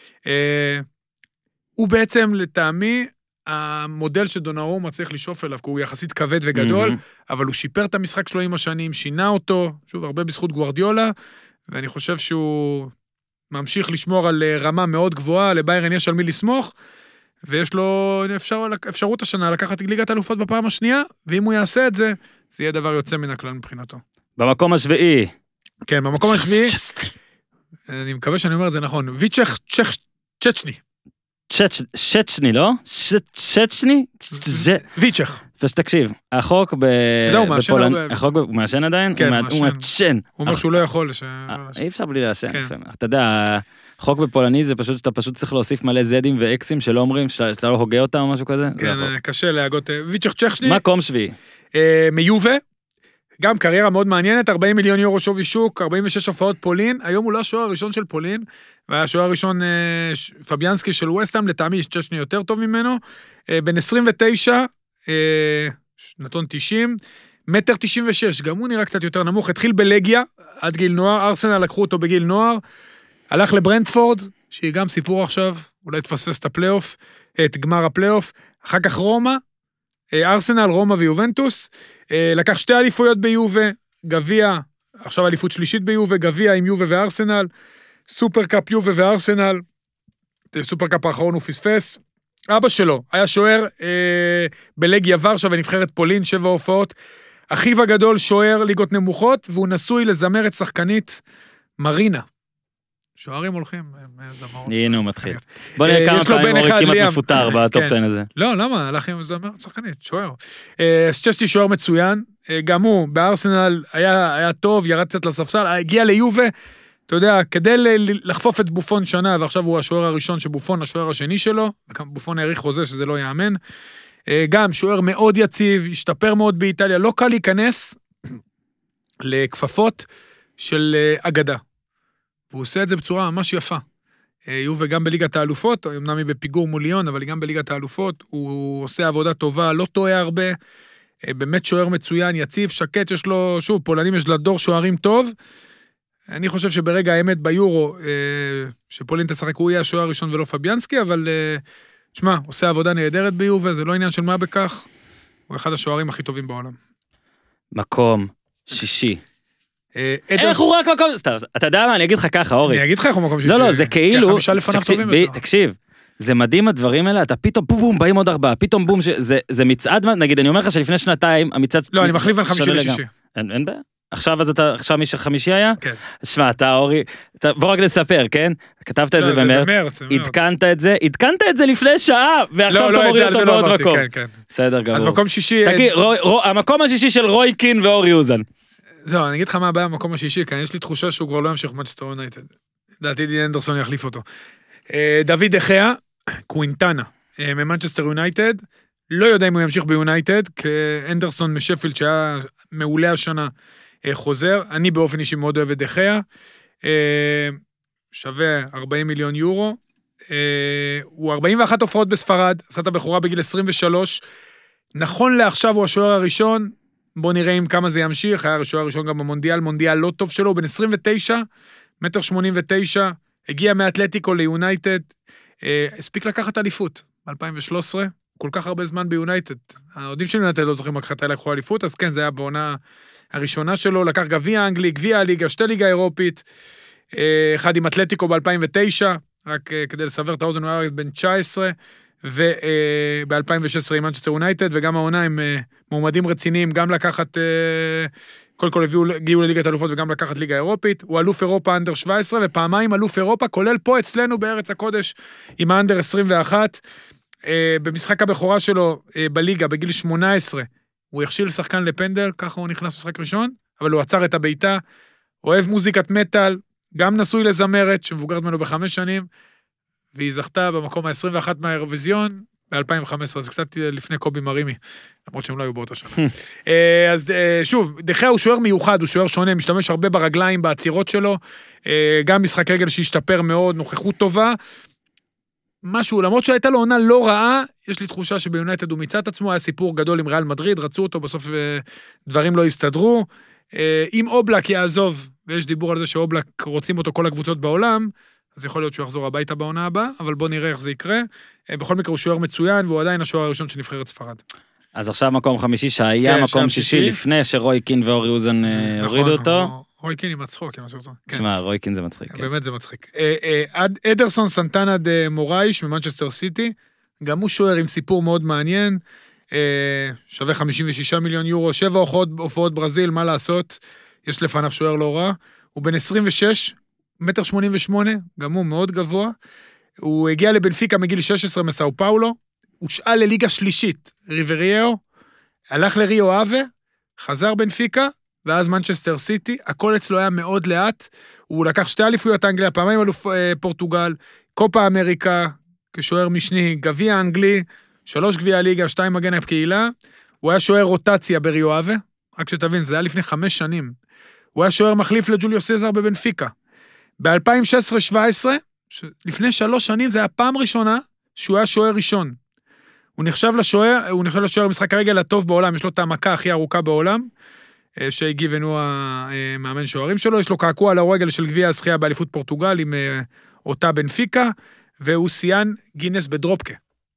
הוא בעצם לטעמי, המודל שדונרומה צריך לשאוף אליו, כי הוא יחסית כבד וגדול, אבל הוא שיפר את המשחק שלו עם השנים, שינה אותו, שוב, הרבה בזכות גוארדיולה, ואני חושב שהוא ממשיך לשמור על רמה מאוד גבוהה, לביירן יש על מי לסמוך, ויש לו אפשרות השנה לקחת ליגת אלופות בפעם השנייה, ואם הוא יעשה את זה, זה יהיה דבר יוצא מן הכלל מבחינתו. במקום השביעי. כן, במקום השביעי, אני מקווה שאני אומר את זה נכון, ויצ'ך צ'צ'ני. שצ'ני, לא? שצ'ני? ויצ'ך. תקשיב, החוק בפולניה, החוק הוא מעשן עדיין? כן, הוא מעשן. הוא אומר שהוא לא יכול. אי אפשר בלי לעשן. אתה יודע, החוק בפולני זה פשוט שאתה פשוט צריך להוסיף מלא זדים ואקסים שלא אומרים שאתה לא הוגה אותם או משהו כזה. כן, קשה להגות. ויצ'ך צ'צ'ני. מקום שביעי. מיובה. גם קריירה מאוד מעניינת, 40 מיליון יורו שווי שוק, 46 הופעות פולין, היום הוא לא השוער הראשון של פולין, והיה השוער הראשון פביאנסקי של ווסטהאם, לטעמי צ'צ'ני יותר טוב ממנו, בן 29, נתון 90, 1.96 מטר, גם הוא נראה קצת יותר נמוך, התחיל בלגיה, עד גיל נוער, ארסנל לקחו אותו בגיל נוער, הלך לברנטפורד, שהיא גם סיפור עכשיו, אולי תפספס את הפלייאוף, את גמר הפלייאוף, אחר כך רומא, ארסנל, רומא ויובנטוס, לקח 2 אליפויות ביובה, גביע, עכשיו אליפות שלישית ביובה, גביע עם יובה וארסנל, סופרקאפ יובה וארסנל, סופרקאפ האחרון הוא פספס, אבא שלו היה שוער בלגיה ורשה ונבחרת פולין, 7 הופעות. אחיו הגדול שוער ליגות נמוכות, והוא נשוי לזמרת שחקנית מרינה. שוערים הולכים, זמרות. הנה הוא מתחיל. בוא נראה כמה פעמים אורי כמעט מפוטר בטופ 10 הזה. לא, למה? הלך עם זמרת שחקנית, שוער. צ'סטי שוער מצוין, גם הוא בארסנל היה טוב, ירד קצת לספסל, הגיע ליובה, אתה יודע, כדי לחפוף את בופון שנה, ועכשיו הוא השוער הראשון שבופון, השוער השני שלו, בופון העריך חוזה שזה לא יאמן. גם שוער מאוד יציב, השתפר מאוד באיטליה, לא קל להיכנס לכפפות של אגדה. והוא עושה את זה בצורה ממש יפה. יובה גם בליגת האלופות, אמנם היא בפיגור מול ליון, אבל היא גם בליגת האלופות, הוא עושה עבודה טובה, לא טועה הרבה, באמת שוער מצוין, יציב, שקט, יש לו, שוב, פולנים יש לה דור שוערים טוב, אני חושב שברגע האמת ביורו, שפולין תשחק, הוא יהיה השוער הראשון ולא פביאנסקי, אבל תשמע, עושה עבודה נהדרת ביובה, זה לא עניין של מה בכך, הוא אחד השוערים הכי טובים בעולם. מקום שישי. איך הוא רק מקום, סתם, אתה יודע מה, אני אגיד לך ככה, אורי. אני אגיד לך איך הוא מקום שישי. לא, זה כאילו, 5 לפניו טובים יותר. תקשיב, זה מדהים הדברים האלה, אתה פתאום בום, באים עוד 4, פתאום בום, זה מצעד, נגיד, אני אומר לך שלפני שנתיים, המצעד... לא, אני מחליף בין 5 ל-6. אין בעיה. עכשיו מי שחמישי היה? כן. שמע, אתה אורי, בוא רק נספר, כן? כתבת את זה במרץ, עדכנת את זה לפני שעה, ועכשיו אתה מוריד אותו בעוד מקום. בסדר גמור. אז מקום שישי... תגיד, המקום השישי של רוי קין ואורי אוזן. זהו, אני אגיד לך מה הבעיה במקום השישי, כי יש לי תחושה שהוא כבר לא ימשיך במנצ'סטר יונייטד. לדעתי דין אנדרסון יחליף אותו. דוד דחיה, קווינטנה, ממנצ'סטר יונייטד, לא יודע אם הוא ימשיך ביונייטד, כי אנדרסון משפילד שהיה מעולה השנה חוזר, אני באופן אישי מאוד אוהב את דחיה, שווה 40 מיליון יורו, הוא 41 הופעות בספרד, עשה את הבחורה בגיל 23, נכון לעכשיו הוא השוער הראשון, בוא נראה עם כמה זה ימשיך, היה השוער הראשון גם במונדיאל, מונדיאל לא טוב שלו, הוא בן 29, 1.89 מטר, הגיע מאתלטיקו ליונייטד, הספיק לקחת אליפות, ב-2013, כל כך הרבה זמן ביונייטד, העודים של יונייטד לא זוכרים לקחת לקחו אליפות, אז כן, זה היה בעונה הראשונה שלו, לקח גביע אנגלי, גביע הליגה, 2 ליגה אירופית, אחד עם אתלטיקו ב-2009, רק כדי לסבר את האוזן, הוא היה בן 19, וב-2016 עם מנצ'סטר יונייטד, וגם העונה עם מועמדים רציניים, גם לקחת, קודם כל הגיעו לליגת אלופות, וגם לקחת ליגה אירופית, הוא אלוף אירופה אנדר 17, ופעמיים אלוף אירופה, כולל פה אצלנו בארץ הקודש, עם האנדר 21, במשחק הבכורה שלו בליגה, בגיל 18, הוא יכשיל שחקן לפנדל, ככה הוא נכנס למשחק ראשון, אבל הוא עצר את הביתה, אוהב מוזיקת מטל, גם נשוי לזמרת, שמבוגרת ממנו ב5 שנים, והיא זכתה במקום ה-21 מהאירוויזיון, ב-2015, אז קצת לפני קובי מרימי, למרות שהם לא היו באותה שנה. אז שוב, דחיה הוא שוער מיוחד, הוא שוער שונה, משתמש הרבה ברגליים, בעצירות שלו, גם משחק רגל שהשתפר מאוד, נוכחות טובה, משהו, למרות שהייתה לו עונה לא רעה, יש לי תחושה שביונייטד הוא מיצה את עצמו, היה סיפור גדול עם ריאל מדריד, רצו אותו, בסוף דברים לא הסתדרו, אם אובלק יעזוב, ויש דיבור על זה שאובלק רוצים אותו כל הקבוצות בעולם, אז יכול להיות שהוא יחזור הביתה בעונה הבאה, אבל בוא נראה איך זה יקרה. בכל מקרה הוא שוער מצוין, והוא עדיין השוער הראשון של נבחרת ספרד. אז עכשיו מקום חמישי, שהיה מקום שישי, לפני שרוי קין ואורי אוזן הורידו אותו. רוי קין עם הצחוק, עם הסרטון. תשמע, רוי קין זה מצחיק. באמת זה מצחיק. אדרסון סנטנה דה מורייש, ממנצ'סטר סיטי, גם הוא שוער עם סיפור מאוד מעניין, שווה 56 מיליון יורו, 7 הופעות ברזיל, מה לעשות? יש לפניו שוער לא רע. הוא בן 26, 1.88 מטר, גם הוא מאוד גבוה. הוא הגיע לבנפיקה מגיל 16 מסאו פאולו, הוא שאל לליגה שלישית, ריבריירו, הלך לריו אבה, חזר בנפיקה, ואז מנצ'סטר סיטי, הכל אצלו היה מאוד לאט, הוא לקח 2 אליפויות אנגליה, פעמיים אלוף פורטוגל, קופה אמריקה, כשוער משני, גביע אנגלי, 3 גביע ליגה, 2 מגן הקהילה, הוא היה שוער רוטציה בריו אבה, רק שתבין, זה היה לפני 5 שנים, הוא היה שוער מחליף לג'וליו סזר בבנפיקה, ב-2016-17, לפני 3 שנים, זה היה פעם ראשונה שהוא היה שוער ראשון. הוא נחשב לשוער במשחק הרגל הטוב בעולם, יש לו את המכה הכי ארוכה בעולם, שהגיב אינו המאמן שוערים שלו, יש לו קעקוע על הרגל של גביע הזכייה באליפות פורטוגל עם אותה בנפיקה, והוא סיין גינס בדרופקה.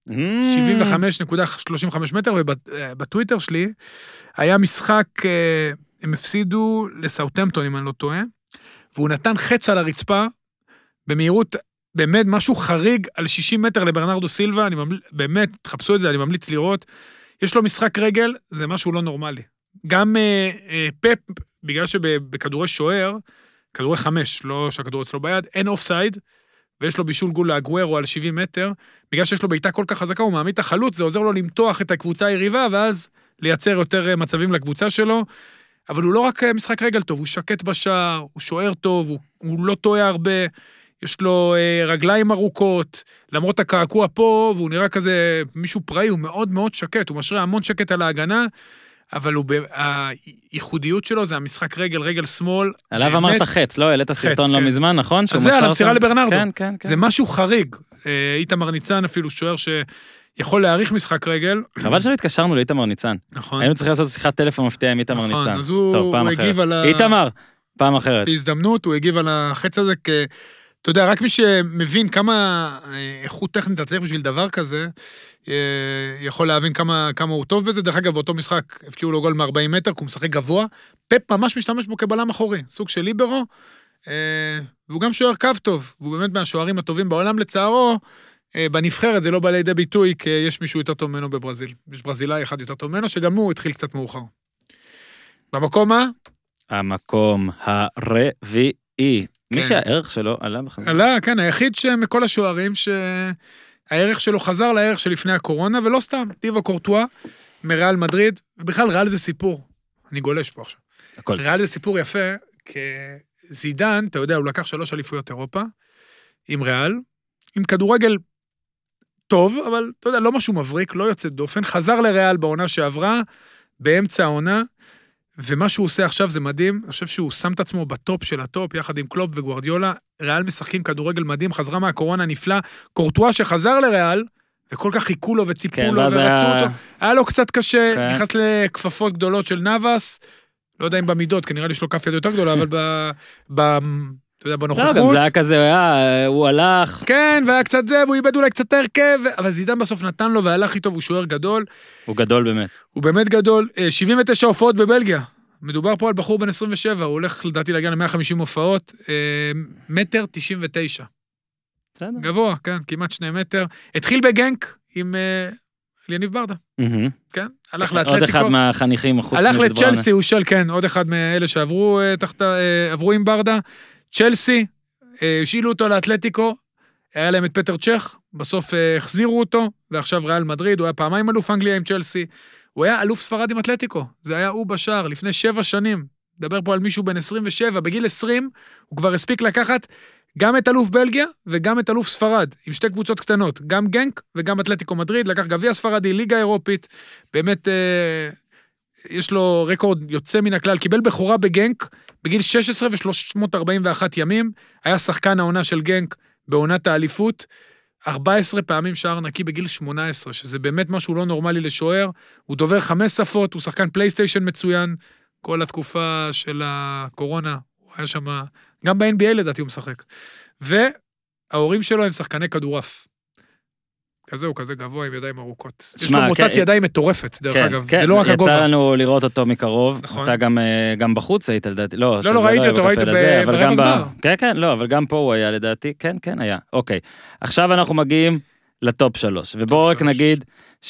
75.35 מטר, ובטוויטר שלי היה משחק, הם הפסידו לסאוטהמפטון, אם אני לא טועה, והוא נתן חץ על הרצפה, במהירות באמת משהו חריג על 60 מטר לברנרדו סילבה, באמת, תחפשו את זה, אני ממליץ לראות. יש לו משחק רגל, זה משהו לא נורמלי. גם פפ, בגלל שבכדורי שוער, כדורי 5, לא שהכדור אצלו ביד, אין אופסייד, ויש לו בישול גול לאגוארו על 70 מטר, בגלל שיש לו בעיטה כל כך חזקה, הוא מעמיד את החלוץ, זה עוזר לו למתוח את הקבוצה היריבה, ואז לייצר יותר מצבים לקבוצה שלו, אבל הוא לא רק משחק רגל טוב, הוא שקט בשער, הוא שוער טוב, הוא לא טועה הרבה, יש לו רגליים ארוכות, למרות הקעקוע פה, והוא נראה כזה מישהו פראי, הוא מאוד מאוד שקט, הוא משרה המון שקט על ההגנה, אבל הייחודיות שלו זה המשחק רגל, רגל שמאל. עליו אמרת חץ, לא? העלית סרטון לא מזמן, נכון? אז זה על המסירה לברנרדו. כן. זה משהו חריג. איתמר ניצן אפילו שוער שיכול להעריך משחק רגל. חבל שלא התקשרנו לאיתמר ניצן. נכון. היינו צריכים לעשות שיחת טלפון מפתיע עם איתמר ניצן. נכון, אז הוא הגיב על איתמר, פעם אחרת. בהזדמנות, הוא הגיב על החץ הזה אתה יודע, רק מי שמבין כמה איכות טכנית אתה צריך בשביל דבר כזה, יכול להבין כמה הוא טוב בזה. דרך אגב, באותו משחק הפקיעו לו גול מ-40 מטר, כי הוא משחק גבוה. פפ ממש משתמש בו כבלם אחורי, סוג של ליברו, והוא גם שוער קו טוב, והוא באמת מהשוערים הטובים בעולם לצערו, בנבחרת זה לא בא לידי ביטוי, כי יש מישהו יותר טוב ממנו בברזיל. יש ברזילאי אחד יותר טוב ממנו, שגם הוא התחיל קצת מאוחר. במקום מה? המקום הרביעי. מי שהערך שלו עלה בחזרה. עלה, כן, היחיד שמכל השוערים שהערך שלו חזר לערך שלפני הקורונה, ולא סתם, טיבו קורטואה, מריאל מדריד, ובכלל ריאל זה סיפור. אני גולש פה עכשיו. ריאל זה סיפור יפה, כזידן, אתה יודע, הוא לקח 3 אליפויות אירופה, עם ריאל, עם כדורגל טוב, אבל אתה יודע, לא משהו מבריק, לא יוצא דופן, חזר לריאל בעונה שעברה, באמצע העונה, ומה שהוא עושה עכשיו זה מדהים, אני חושב שהוא שם את עצמו בטופ של הטופ, יחד עם קלופ וגוארדיולה, ריאל משחקים כדורגל מדהים, חזרה מהקורונה נפלא, קורטואה שחזר לריאל, וכל כך חיכו לו וציפו לו ורצו אותו, היה לו קצת קשה, נכנס לכפפות גדולות של נאבס, לא יודע אם במידות, כי נראה לי יש לו כף יד יותר גדולה, אבל אתה יודע, בנוכחות. לא, גם זה היה כזה, הוא הלך. כן, והיה קצת זה, והוא איבד אולי קצת הרכב, אבל זידן בסוף נתן לו והלך איתו, והוא שוער גדול. הוא גדול באמת. הוא באמת גדול. 79 הופעות בבלגיה. מדובר פה על בחור בן 27, הוא הולך לדעתי להגיע ל-150 הופעות, 1.99 מטר. גבוה, כן, כמעט 2 מטר. התחיל בגנק עם יניב ברדה. כן, הלך לאתלטיקו. עוד אחד מהחניכים החוץ. הלך לצ'לסי, הוא של, כן, עוד אחד מאלה שעברו עברו עם ברדה. צ'לסי, השאילו אותו לאתלטיקו, היה להם את פטר צ'ך, בסוף החזירו אותו, ועכשיו ריאל מדריד, הוא היה פעמיים אלוף אנגליה עם צ'לסי, הוא היה אלוף ספרד עם אתלטיקו, זה היה הוא בשער, לפני 7 שנים, מדבר פה על מישהו בן 27, בגיל 20, הוא כבר הספיק לקחת גם את אלוף בלגיה, וגם את אלוף ספרד, עם 2 קבוצות קטנות, גם גנק וגם אתלטיקו מדריד, לקח גביע ספרדי, ליגה אירופית, באמת יש לו רקורד יוצא מן הכלל, קיבל בחורה בגנק, בגיל 16 ו-341 ימים, היה שחקן העונה של גנק בעונת האליפות, 14 פעמים שער נקי בגיל 18, שזה באמת משהו לא נורמלי לשוער, הוא דובר 5 שפות, הוא שחקן פלייסטיישן מצוין, כל התקופה של הקורונה, הוא היה שם, גם ב-NBA לדעתי הוא משחק, וההורים שלו הם שחקני כדורף. כזה הוא כזה גבוה עם ידיים ארוכות. יש לו מוטת ידיים מטורפת, דרך אגב. זה לא רק הגובה. יצא לנו לראות אותו מקרוב. אתה גם בחוץ היית לדעתי. לא, ראיתי אותו ברבע גמר. כן, לא, אבל גם פה הוא היה לדעתי. כן, היה. אוקיי. עכשיו אנחנו מגיעים לטופ 3. ובואו רק נגיד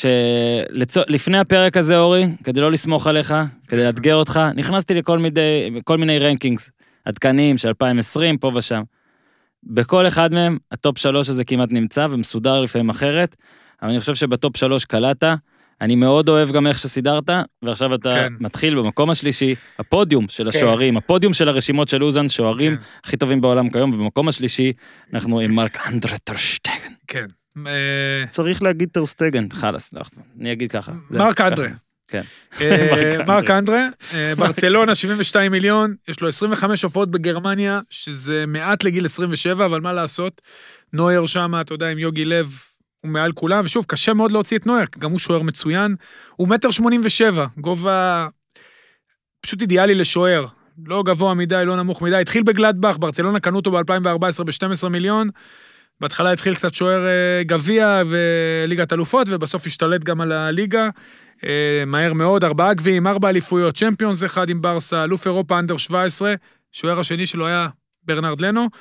שלפני הפרק הזה, אורי, כדי לא לסמוך עליך, כדי לאתגר אותך, נכנסתי לכל מיני רנקינגס עדכניים של 2020, פה ושם. בכל אחד מהם, הטופ 3 הזה כמעט נמצא, ומסודר לפעמים אחרת, אבל אני חושב שבטופ 3 קלעת, אני מאוד אוהב גם איך שסידרת, ועכשיו אתה מתחיל במקום השלישי, הפודיום של השוערים, הפודיום של הרשימות של אוזן, שוערים הכי טובים בעולם כיום, ובמקום השלישי, אנחנו עם מרק אנדרה טר שטגן. כן. צריך להגיד טר שטגן, חלס, אני אגיד ככה. מרק אנדרה. כן. מרק אנדרה, ברצלונה 72 מיליון, יש לו 25 הופעות בגרמניה, שזה מעט לגיל 27, אבל מה לעשות? נויר שם, אתה יודע, עם יוגי לב, הוא מעל כולם, ושוב, קשה מאוד להוציא את נויר, גם הוא שוער מצוין, הוא 1.87 מטר, גובה פשוט אידיאלי לשוער, לא גבוה מדי, לא נמוך מדי, התחיל בגלדבך, ברצלונה קנו אותו ב-2014 ב-12 מיליון, בהתחלה התחיל קצת שוער גביע וליגת אלופות, ובסוף השתלט גם על הליגה, מהר מאוד, 4 גביעים, 4 אליפויות, צ'מפיונס 1 עם ברסה, אלוף אירופה אנדר 17, שוער השני שלו היה ברנרד לנו,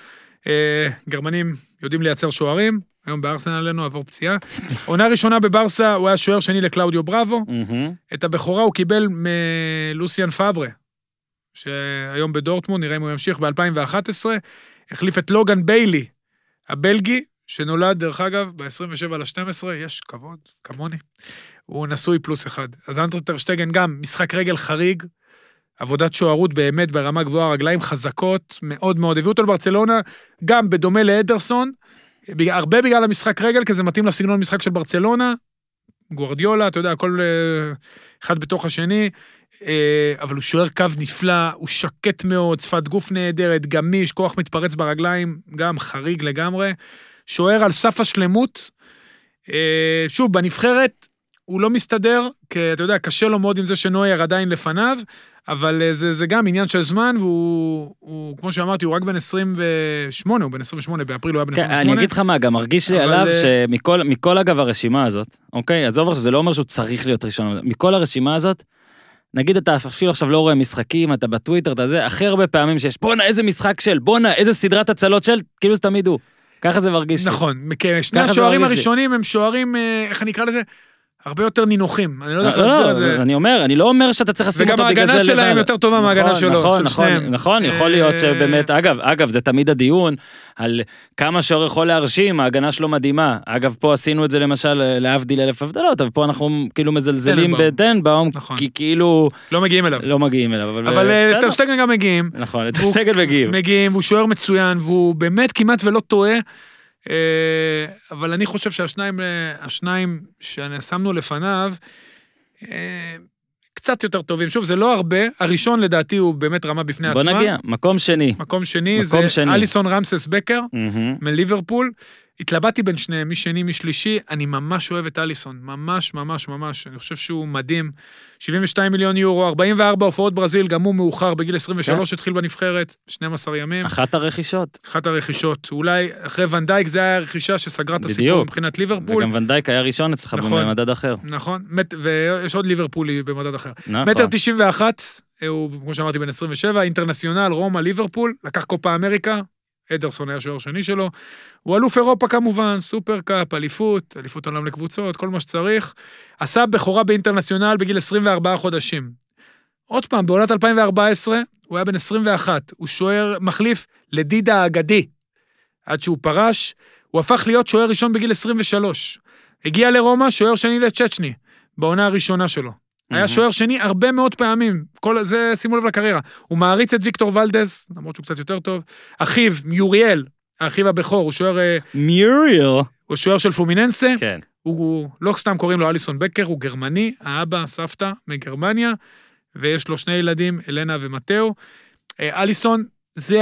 גרמנים יודעים לייצר שוערים, היום בארסנל עלינו עבור פציעה. עונה ראשונה בברסה, הוא היה שוער שני לקלאודיו בראבו. את הבכורה הוא קיבל מלוסיאן פאברה, שהיום בדורטמונד, נראה אם הוא ימשיך ב-2011, החליף את לוגן ביילי, הבלגי, שנולד, דרך אגב, ב-27/12, יש כבוד, כמוני, הוא נשוי +1. אז אנדרי טר שטגן גם, משחק רגל חריג, עבודת שוערות באמת ברמה גבוהה, רגליים חזקות, מאוד מאוד. הביאו אותו לברצלונה, גם בדומה לאדרסון, הרבה בגלל המשחק רגל, כי זה מתאים לסגנון משחק של ברצלונה, גוארדיולה, אתה יודע, כל אחד בתוך השני, אבל הוא שוער קו נפלא, הוא שקט מאוד, שפת גוף נהדרת, גמיש, כוח מתפרץ ברגליים, גם חריג לגמרי, שוער על סף השלמות, שוב, בנבחרת, הוא לא מסתדר, כי אתה יודע, קשה לו מאוד עם זה שנויר עדיין לפניו, אבל זה גם עניין של זמן, והוא, כמו שאמרתי, הוא רק בן 28, הוא בן 28, באפריל הוא היה בן 28. אני אגיד לך מה, גם מרגיש לי עליו שמכל אגב הרשימה הזאת, אוקיי, עזוב שזה לא אומר שהוא צריך להיות ראשון, מכל הרשימה הזאת, נגיד אתה אפילו עכשיו לא רואה משחקים, אתה בטוויטר, אתה זה, הכי הרבה פעמים שיש, בונה איזה משחק של, בונה איזה סדרת הצלות של, כאילו זה תמיד הוא. ככה זה מרגיש לי. נכון, שני השוערים הראשונים הם שוערים, איך אני אקרא לזה? הרבה יותר נינוחים, אני לא יודע איך להסביר את זה. אני לא אומר שאתה צריך לשים אותו בגלל זה. וגם ההגנה שלהם יותר טובה מההגנה שלו, של שניהם. נכון, יכול להיות שבאמת, אגב, זה תמיד הדיון, על כמה שוער יכול להרשים, ההגנה שלו מדהימה. אגב, פה עשינו את זה למשל, להבדיל 1000 הבדלות, אבל פה אנחנו כאילו מזלזלים בטנבאום, כי כאילו... לא מגיעים אליו. אבל טר שטגן גם מגיעים. נכון, טר שטגן מגיעים, והוא שוער מצוין, והוא באמת כמעט ולא טועה. אבל אני חושב שהשניים ששמנו לפניו, קצת יותר טובים. שוב, זה לא הרבה, הראשון לדעתי הוא באמת רמה בפני עצמה. בוא נגיע, מקום שני זה אליסון רמסס בקר, מליברפול. התלבטתי בין שניהם, משני, משלישי, אני ממש אוהב את אליסון, ממש, אני חושב שהוא מדהים, 72 מיליון יורו, 44 הופעות ברזיל, גם הוא מאוחר, בגיל 23 התחיל בנבחרת, 12 ימים. אחת הרכישות, אולי אחרי ונדייק, זה היה הרכישה שסגרה את הסיפור מבחינת ליברפול. וגם ונדייק היה ראשון אצלך במדד אחר. נכון, ויש עוד ליברפולי במדד אחר. 1.91 מטר, הוא, כמו שאמרתי, בן 27, אינטרנציונל, רומא, ליברפול, לקח קופה אמריקה, אדרסון היה שוער שני שלו, הוא אלוף אירופה כמובן, סופר קאפ, אליפות עולם לקבוצות, כל מה שצריך, עשה בכורה באינטרנציונל בגיל 24 חודשים. עוד פעם, בעונת 2014, הוא היה בן 21, הוא שוער מחליף לדידה האגדי, עד שהוא פרש, הוא הפך להיות שוער ראשון בגיל 23, הגיע לרומא, שוער שני לצ'צ'ני, בעונה הראשונה שלו. היה שוער שני הרבה מאוד פעמים, כל זה שימו לב לקריירה, הוא מעריץ את ויקטור ולדז, למרות שהוא קצת יותר טוב, אחיו, מיוריאל, האחיו הבכור, הוא שוער... מיוריאל? הוא שוער של פלומינסה, כן. הוא לא סתם קוראים לו אליסון בקר, הוא גרמני, האבא, סבתא, מגרמניה, ויש לו שני ילדים, אלנה ומטאו. אליסון, זה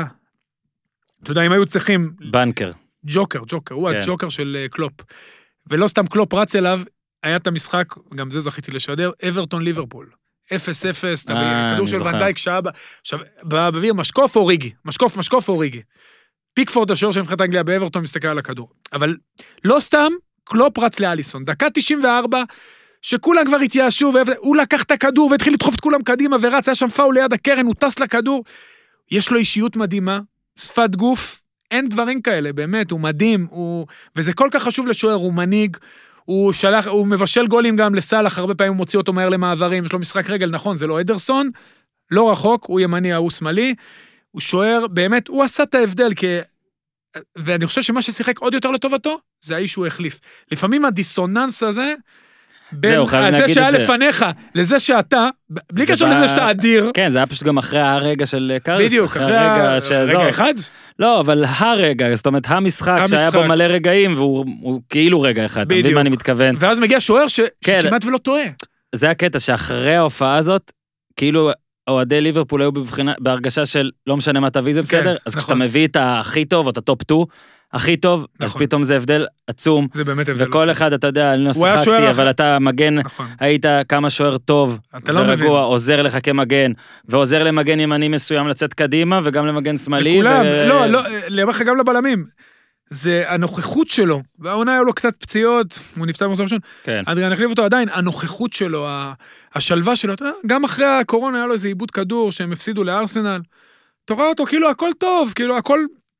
אתה יודע, אם היו צריכים... בנקר. ג'וקר, הוא הג'וקר של קלופ. ולא סתם קלופ רץ אליו, היה את המשחק, גם זה זכיתי לשדר, אברטון ליברפול. 0-0, כדור של ונדייק שאבא, עכשיו, באוויר, משקוף או ריגי. פיקפורד, השוער של נבחרת אנגליה באברטון, מסתכל על הכדור. אבל לא סתם, קלופ רץ לאליסון. דקה 94, שכולם כבר התייאשו, הוא לקח את הכדור והתחיל לדחוף את כולם קדימה, ורץ, היה שם פאול ליד הקרן, הוא טס לכדור. יש לו אישיות מדהימה, שפת גוף, אין דברים כאלה, באמת, הוא מדהים, וזה כל כך חשוב לשוער, הוא מנהיג, הוא מבשל גולים גם לסלח, הרבה פעמים הוא מוציא אותו מהר למעברים, יש לו משחק רגל, נכון, זה לא אדרסון, לא רחוק, הוא ימני, הוא שמאלי, הוא שוער, באמת, הוא עשה את ההבדל, ואני חושב שמה ששיחק עוד יותר לטובתו, זה האיש שהוא החליף. לפעמים הדיסוננס הזה, בין זה שהיה לפניך, לזה שאתה, בלי קשר לזה שאתה אדיר. כן, זה היה פשוט גם אחרי הרגע של קאריס. בדיוק, אחרי הרגע אחד? לא, אבל הרגע, זאת אומרת, המשחק שהיה בו מלא רגעים, והוא כאילו רגע אחד, אתה מבין מה אני מתכוון. ואז מגיע שוער שכמעט ולא טועה. זה הקטע, שאחרי ההופעה הזאת, כאילו, אוהדי ליברפול היו בהרגשה של לא משנה מה תביא, זה בסדר? אז כשאתה מביא את הכי טוב, או את הטופ 2, הכי טוב, אז פתאום זה הבדל עצום. זה באמת הבדל. וכל אחד, אתה יודע, אני לא שיחקתי, אבל אתה מגן, היית כמה שוער טוב, ורגוע, עוזר לך כמגן, ועוזר למגן ימני מסוים לצאת קדימה, וגם למגן שמאלי. לכולם, לא, להמח גם לבלמים. זה הנוכחות שלו, והעונה היה לו קצת פציעות, הוא נפצע במחזור ראשון, אדריאן החליף אותו עדיין, הנוכחות שלו, השלווה שלו, גם אחרי הקורונה היה לו איזה איבוד כדור, שהם הפסידו לארסנל, אתה רואה אותו, כאילו הכל טוב, כאילו הכל...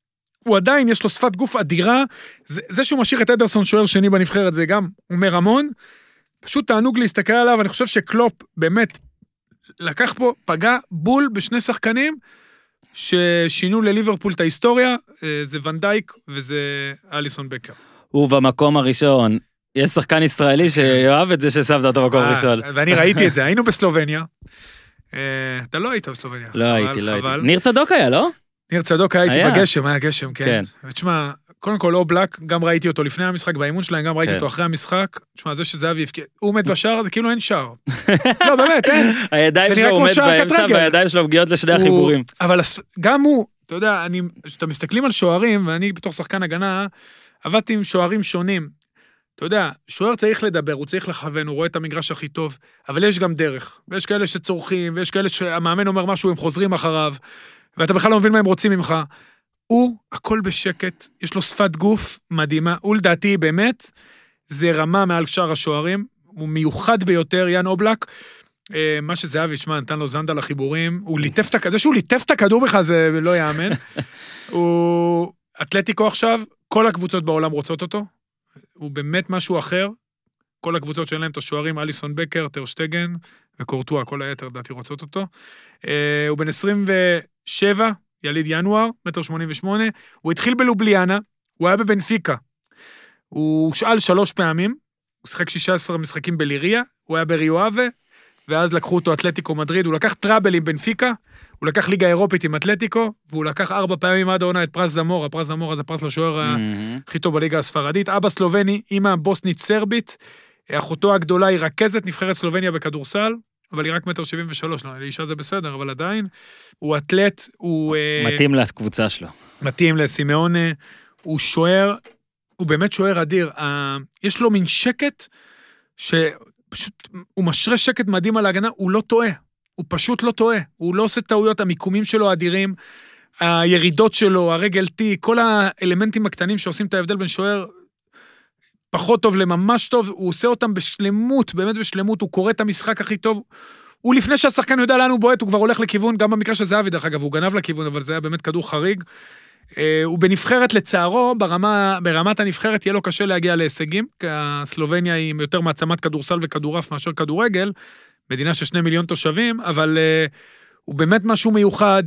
הוא עדיין, יש לו שפת גוף אדירה, זה שהוא משאיר את אדרסון שוער שני בנבחרת, זה גם אומר המון, פשוט תענוג להסתכל עליו, אני חושב שקלופ באמת לקח פה, פגע בול בשני שחקנים, ששינו לליברפול את ההיסטוריה, זה ונדייק וזה אליסון בקר. ובמקום הראשון, יש שחקן ישראלי שיואב את זה ששמת אותו במקום הראשון. ואני ראיתי את זה, היינו בסלובניה, אתה לא היית בסלובניה. לא הייתי. ניר צדוק היה, לא? ניר צדוק הייתי בגשם, היה גשם, כן. ותשמע, קודם כל אובלק, גם ראיתי אותו לפני המשחק, באימון שלהם, גם ראיתי אותו אחרי המשחק, תשמע, זה שזהבי הבקיע, הוא עומד בשער, זה כאילו אין שער. לא, באמת, אין. הידיים שלו עומד באמצע, והידיים שלו פגיעות לשני החיבורים. אבל גם הוא, אתה יודע, כשאתה מסתכלים על שוערים, ואני בתור שחקן הגנה, עבדתי עם שוערים שונים. אתה יודע, שוער צריך לדבר, הוא צריך לכוון, הוא רואה את המגרש הכי טוב, אבל יש גם דרך, ויש כאלה שצורכים, ויש כאלה שהמאמן אומר משהו, הם חוזרים אחריו, ואתה בכלל לא מבין מה הם רוצים ממך. הוא, הכל בשקט, יש לו שפת גוף מדהימה, הוא לדעתי באמת, זה רמה מעל שאר השוערים, הוא מיוחד ביותר, יאן אובלק, מה שזהבי, שמה, נתן לו זנדה לחיבורים, הוא ליטף את הכדור, זה שהוא ליטף את הכדור בכלל, זה לא יאמן, הוא אתלטיקו עכשיו, כל הקבוצות בעולם רוצות אותו, הוא באמת משהו אחר, כל הקבוצות שלהם את השוערים, אליסון בקר, טרשטגן וקורטואה, כל היתר דעתי רוצות אותו, הוא בן 27, יליד ינואר, 1.88 מטר, הוא התחיל בלובליאנה, הוא היה בבנפיקה, הוא שאל 3 פעמים, הוא שיחק 16 משחקים בליריה, הוא היה בריואבה, ואז לקחו אותו אתלטיקו מדריד, הוא לקח טראבל עם בנפיקה, הוא לקח ליגה אירופית עם אתלטיקו, והוא לקח 4 פעמים עד העונה את פרס זמורה, פרס זמורה זה פרס לשוער הכי טוב בליגה הספרדית, אבא סלובני, אמא בוסנית סרבית, אחותו הגדולה היא רכזת נבחרת סלובניה בכדורסל, אבל היא רק 1.73 מטר, לא, לאישה זה בסדר, אבל עדיין, הוא אתלט, הוא... מתאים לקבוצה שלו. מתאים לסימאונה, הוא שוער, הוא באמת שוער אדיר, יש לו מין שקט, שפשוט, הוא משרה שקט מדהים על ההגנה, הוא לא טועה, הוא פשוט לא טועה, הוא לא עושה טעויות, המיקומים שלו אדירים, הירידות שלו, הרגל טי, כל האלמנטים הקטנים שעושים את ההבדל בין שוער, פחות טוב לממש טוב, הוא עושה אותם בשלמות, באמת בשלמות, הוא קורא את המשחק הכי טוב, הוא לפני שהשחקן יודע לאן הוא בועט, הוא כבר הולך לכיוון, גם במקרה של זהבי דרך אגב, הוא גנב לכיוון, אבל זה היה באמת כדור חריג, הוא בנבחרת לצערו, ברמת הנבחרת יהיה לו קשה להגיע להישגים, כי הסלובניה היא יותר מעצמת כדורסל וכדורף מאשר כדורגל, מדינה של 2 מיליון תושבים, אבל הוא באמת משהו מיוחד,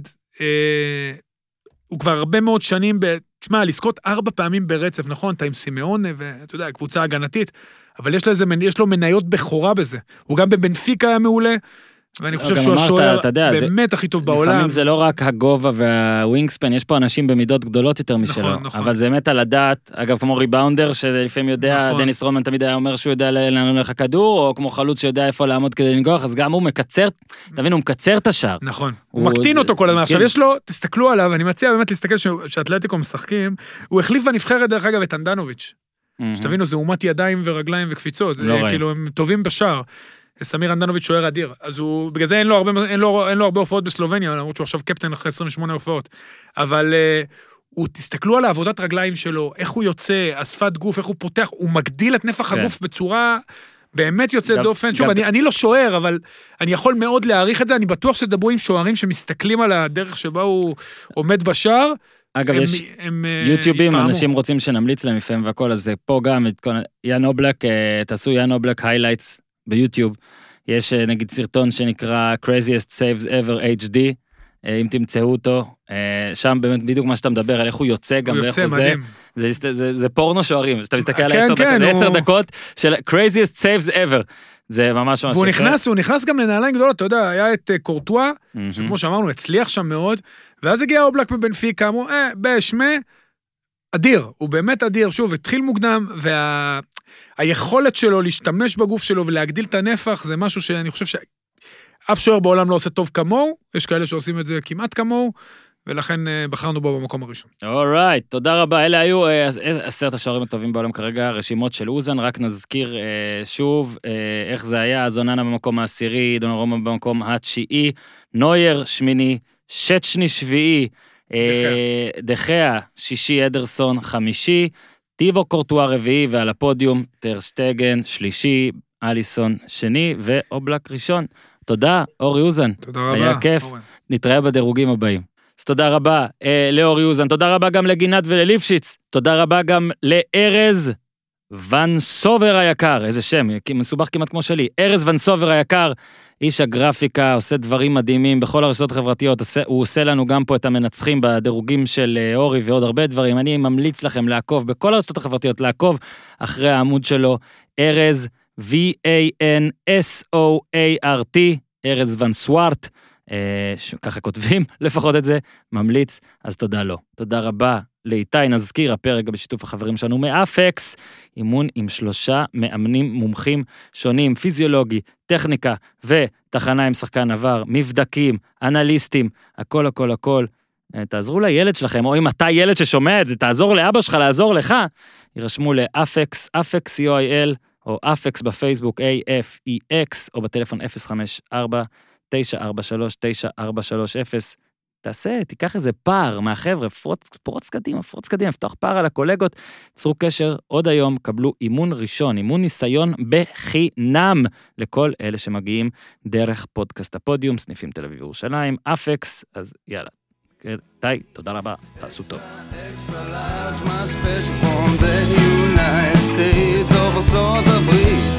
הוא כבר הרבה מאוד שנים, תשמע, לזכות 4 פעמים ברצף, נכון, אתה עם סימאונה, ואתה יודע, קבוצה הגנתית, אבל יש לו מניות בכורה בזה. הוא גם בבנפיקה היה מעולה, ואני חושב שהוא השוער באמת הכי טוב בעולם. לפעמים זה לא רק הגובה והווינגספן, יש פה אנשים במידות גדולות יותר משלו, אבל זה באמת על הדעת, אגב, כמו ריבאונדר, שלפעמים יודע, דניס רומן תמיד היה אומר שהוא יודע לאן הולך הכדור, או כמו חלוץ שיודע איפה לעמוד כדי לנגוח, אז גם הוא מקצר, תבין, הוא מקצר את השער. נכון, הוא מקטין אותו כל הזמן. עכשיו יש לו, תסתכלו עליו, אני מציע באמת להסתכל שאתלטיקו משחקים, הוא החליף בנבחרת דרך אגב את אנדנוביץ'. שתבינו, זה אומת ידיים ורגליים וקפיצות, כאילו הם טובים בשער. סמיר אנדנוביץ' שוער אדיר, אז הוא, בגלל זה אין לו הרבה הופעות בסלובניה, למרות שהוא עכשיו קפטן אחרי 28 הופעות, אבל תסתכלו על העבודת רגליים שלו, איך הוא יוצא, השפת גוף, איך הוא פותח, הוא מגדיל את נפח הגוף בצורה באמת יוצא דופן, שוב, אני לא שוער, אבל אני יכול מאוד להעריך את זה, אני בטוח שתדברו עם שוערים שמסתכלים על הדרך שבה הוא עומד בשער, אגב, יש יוטיובים, אנשים רוצים שנמליץ להם לפעמים והכל, אז פה גם, יאן אובלק, תעשו יאן אובלק highlights ביוטיוב, יש נגיד סרטון שנקרא Craziest Saves Ever HD, אם תמצאו אותו, שם באמת בדיוק מה שאתה מדבר, על איך הוא יוצא גם, ואיך הוא זה פורנו שוערים, שאתה מסתכל על 10 דקות של Craziest Saves Ever, זה ממש ממש והוא נכנס גם לנעליים גדולות, אתה יודע, היה את קורטואה, שכמו שאמרנו, הצליח שם מאוד, ואז הגיע אובלק מבנפיקה, אמרו, בשמה, אדיר, הוא באמת אדיר, שוב, התחיל מוקדם, והיכולת שלו להשתמש בגוף שלו ולהגדיל את הנפח, זה משהו שאני חושב שאף שוער בעולם לא עושה טוב כמוהו, יש כאלה שעושים את זה כמעט כמוהו, ולכן בחרנו בו במקום הראשון. אורייט, תודה רבה, אלה היו 10 השוערים הטובים בעולם כרגע, רשימות של אוזן, רק נזכיר שוב איך זה היה, אז אוננה במקום העשירי, דונרומה במקום התשיעי, נויר שמיני, שצ'ני שביעי, דחיה, שישי אדרסון, חמישי, טיבו קורטואה רביעי, ועל הפודיום, טרשטגן, שלישי, אליסון שני, ואובלק ראשון. תודה, אורי אוזן. תודה רבה. היה כיף. נתראה בדירוגים הבאים. אז תודה רבה לאור יוזן, תודה רבה גם לגינת ולליפשיץ, תודה רבה גם לארז ון סובר היקר, איזה שם, מסובך כמעט כמו שלי, ארז ון סובר היקר, איש הגרפיקה, עושה דברים מדהימים בכל הרשתות החברתיות, הוא עושה לנו גם פה את המנצחים בדירוגים של אורי ועוד הרבה דברים, אני ממליץ לכם לעקוב בכל הרשתות החברתיות, לעקוב אחרי העמוד שלו, ארז V-A-N-S-O-A-R-T, ארז ון סווארט, ככה כותבים לפחות את זה, ממליץ, אז תודה לו. תודה רבה לאיתי, נזכיר, הפרק בשיתוף החברים שלנו מאפקס, אימון עם 3 מאמנים מומחים שונים, פיזיולוגי, טכניקה ותחנה עם שחקן עבר, מבדקים, אנליסטים, הכל הכל הכל. תעזרו לילד שלכם, או אם אתה ילד ששומע את זה, תעזור לאבא שלך, לעזור לך, יירשמו לאפקס, אפקס COIL, או אפקס בפייסבוק, AFEX, או בטלפון 054-943-9430, תיקח איזה פער מהחבר'ה, פרוץ קדימה, פתוח פער על הקולגות, צרו קשר עוד היום, קבלו אימון ראשון, אימון ניסיון בחינם, לכל אלה שמגיעים דרך פודקאסט הפודיום, סניפים תל אביב ירושלים, אפקס, אז יאללה, די, תודה רבה, תעשו טוב. Extra large, my special from the United States of ארצות הברית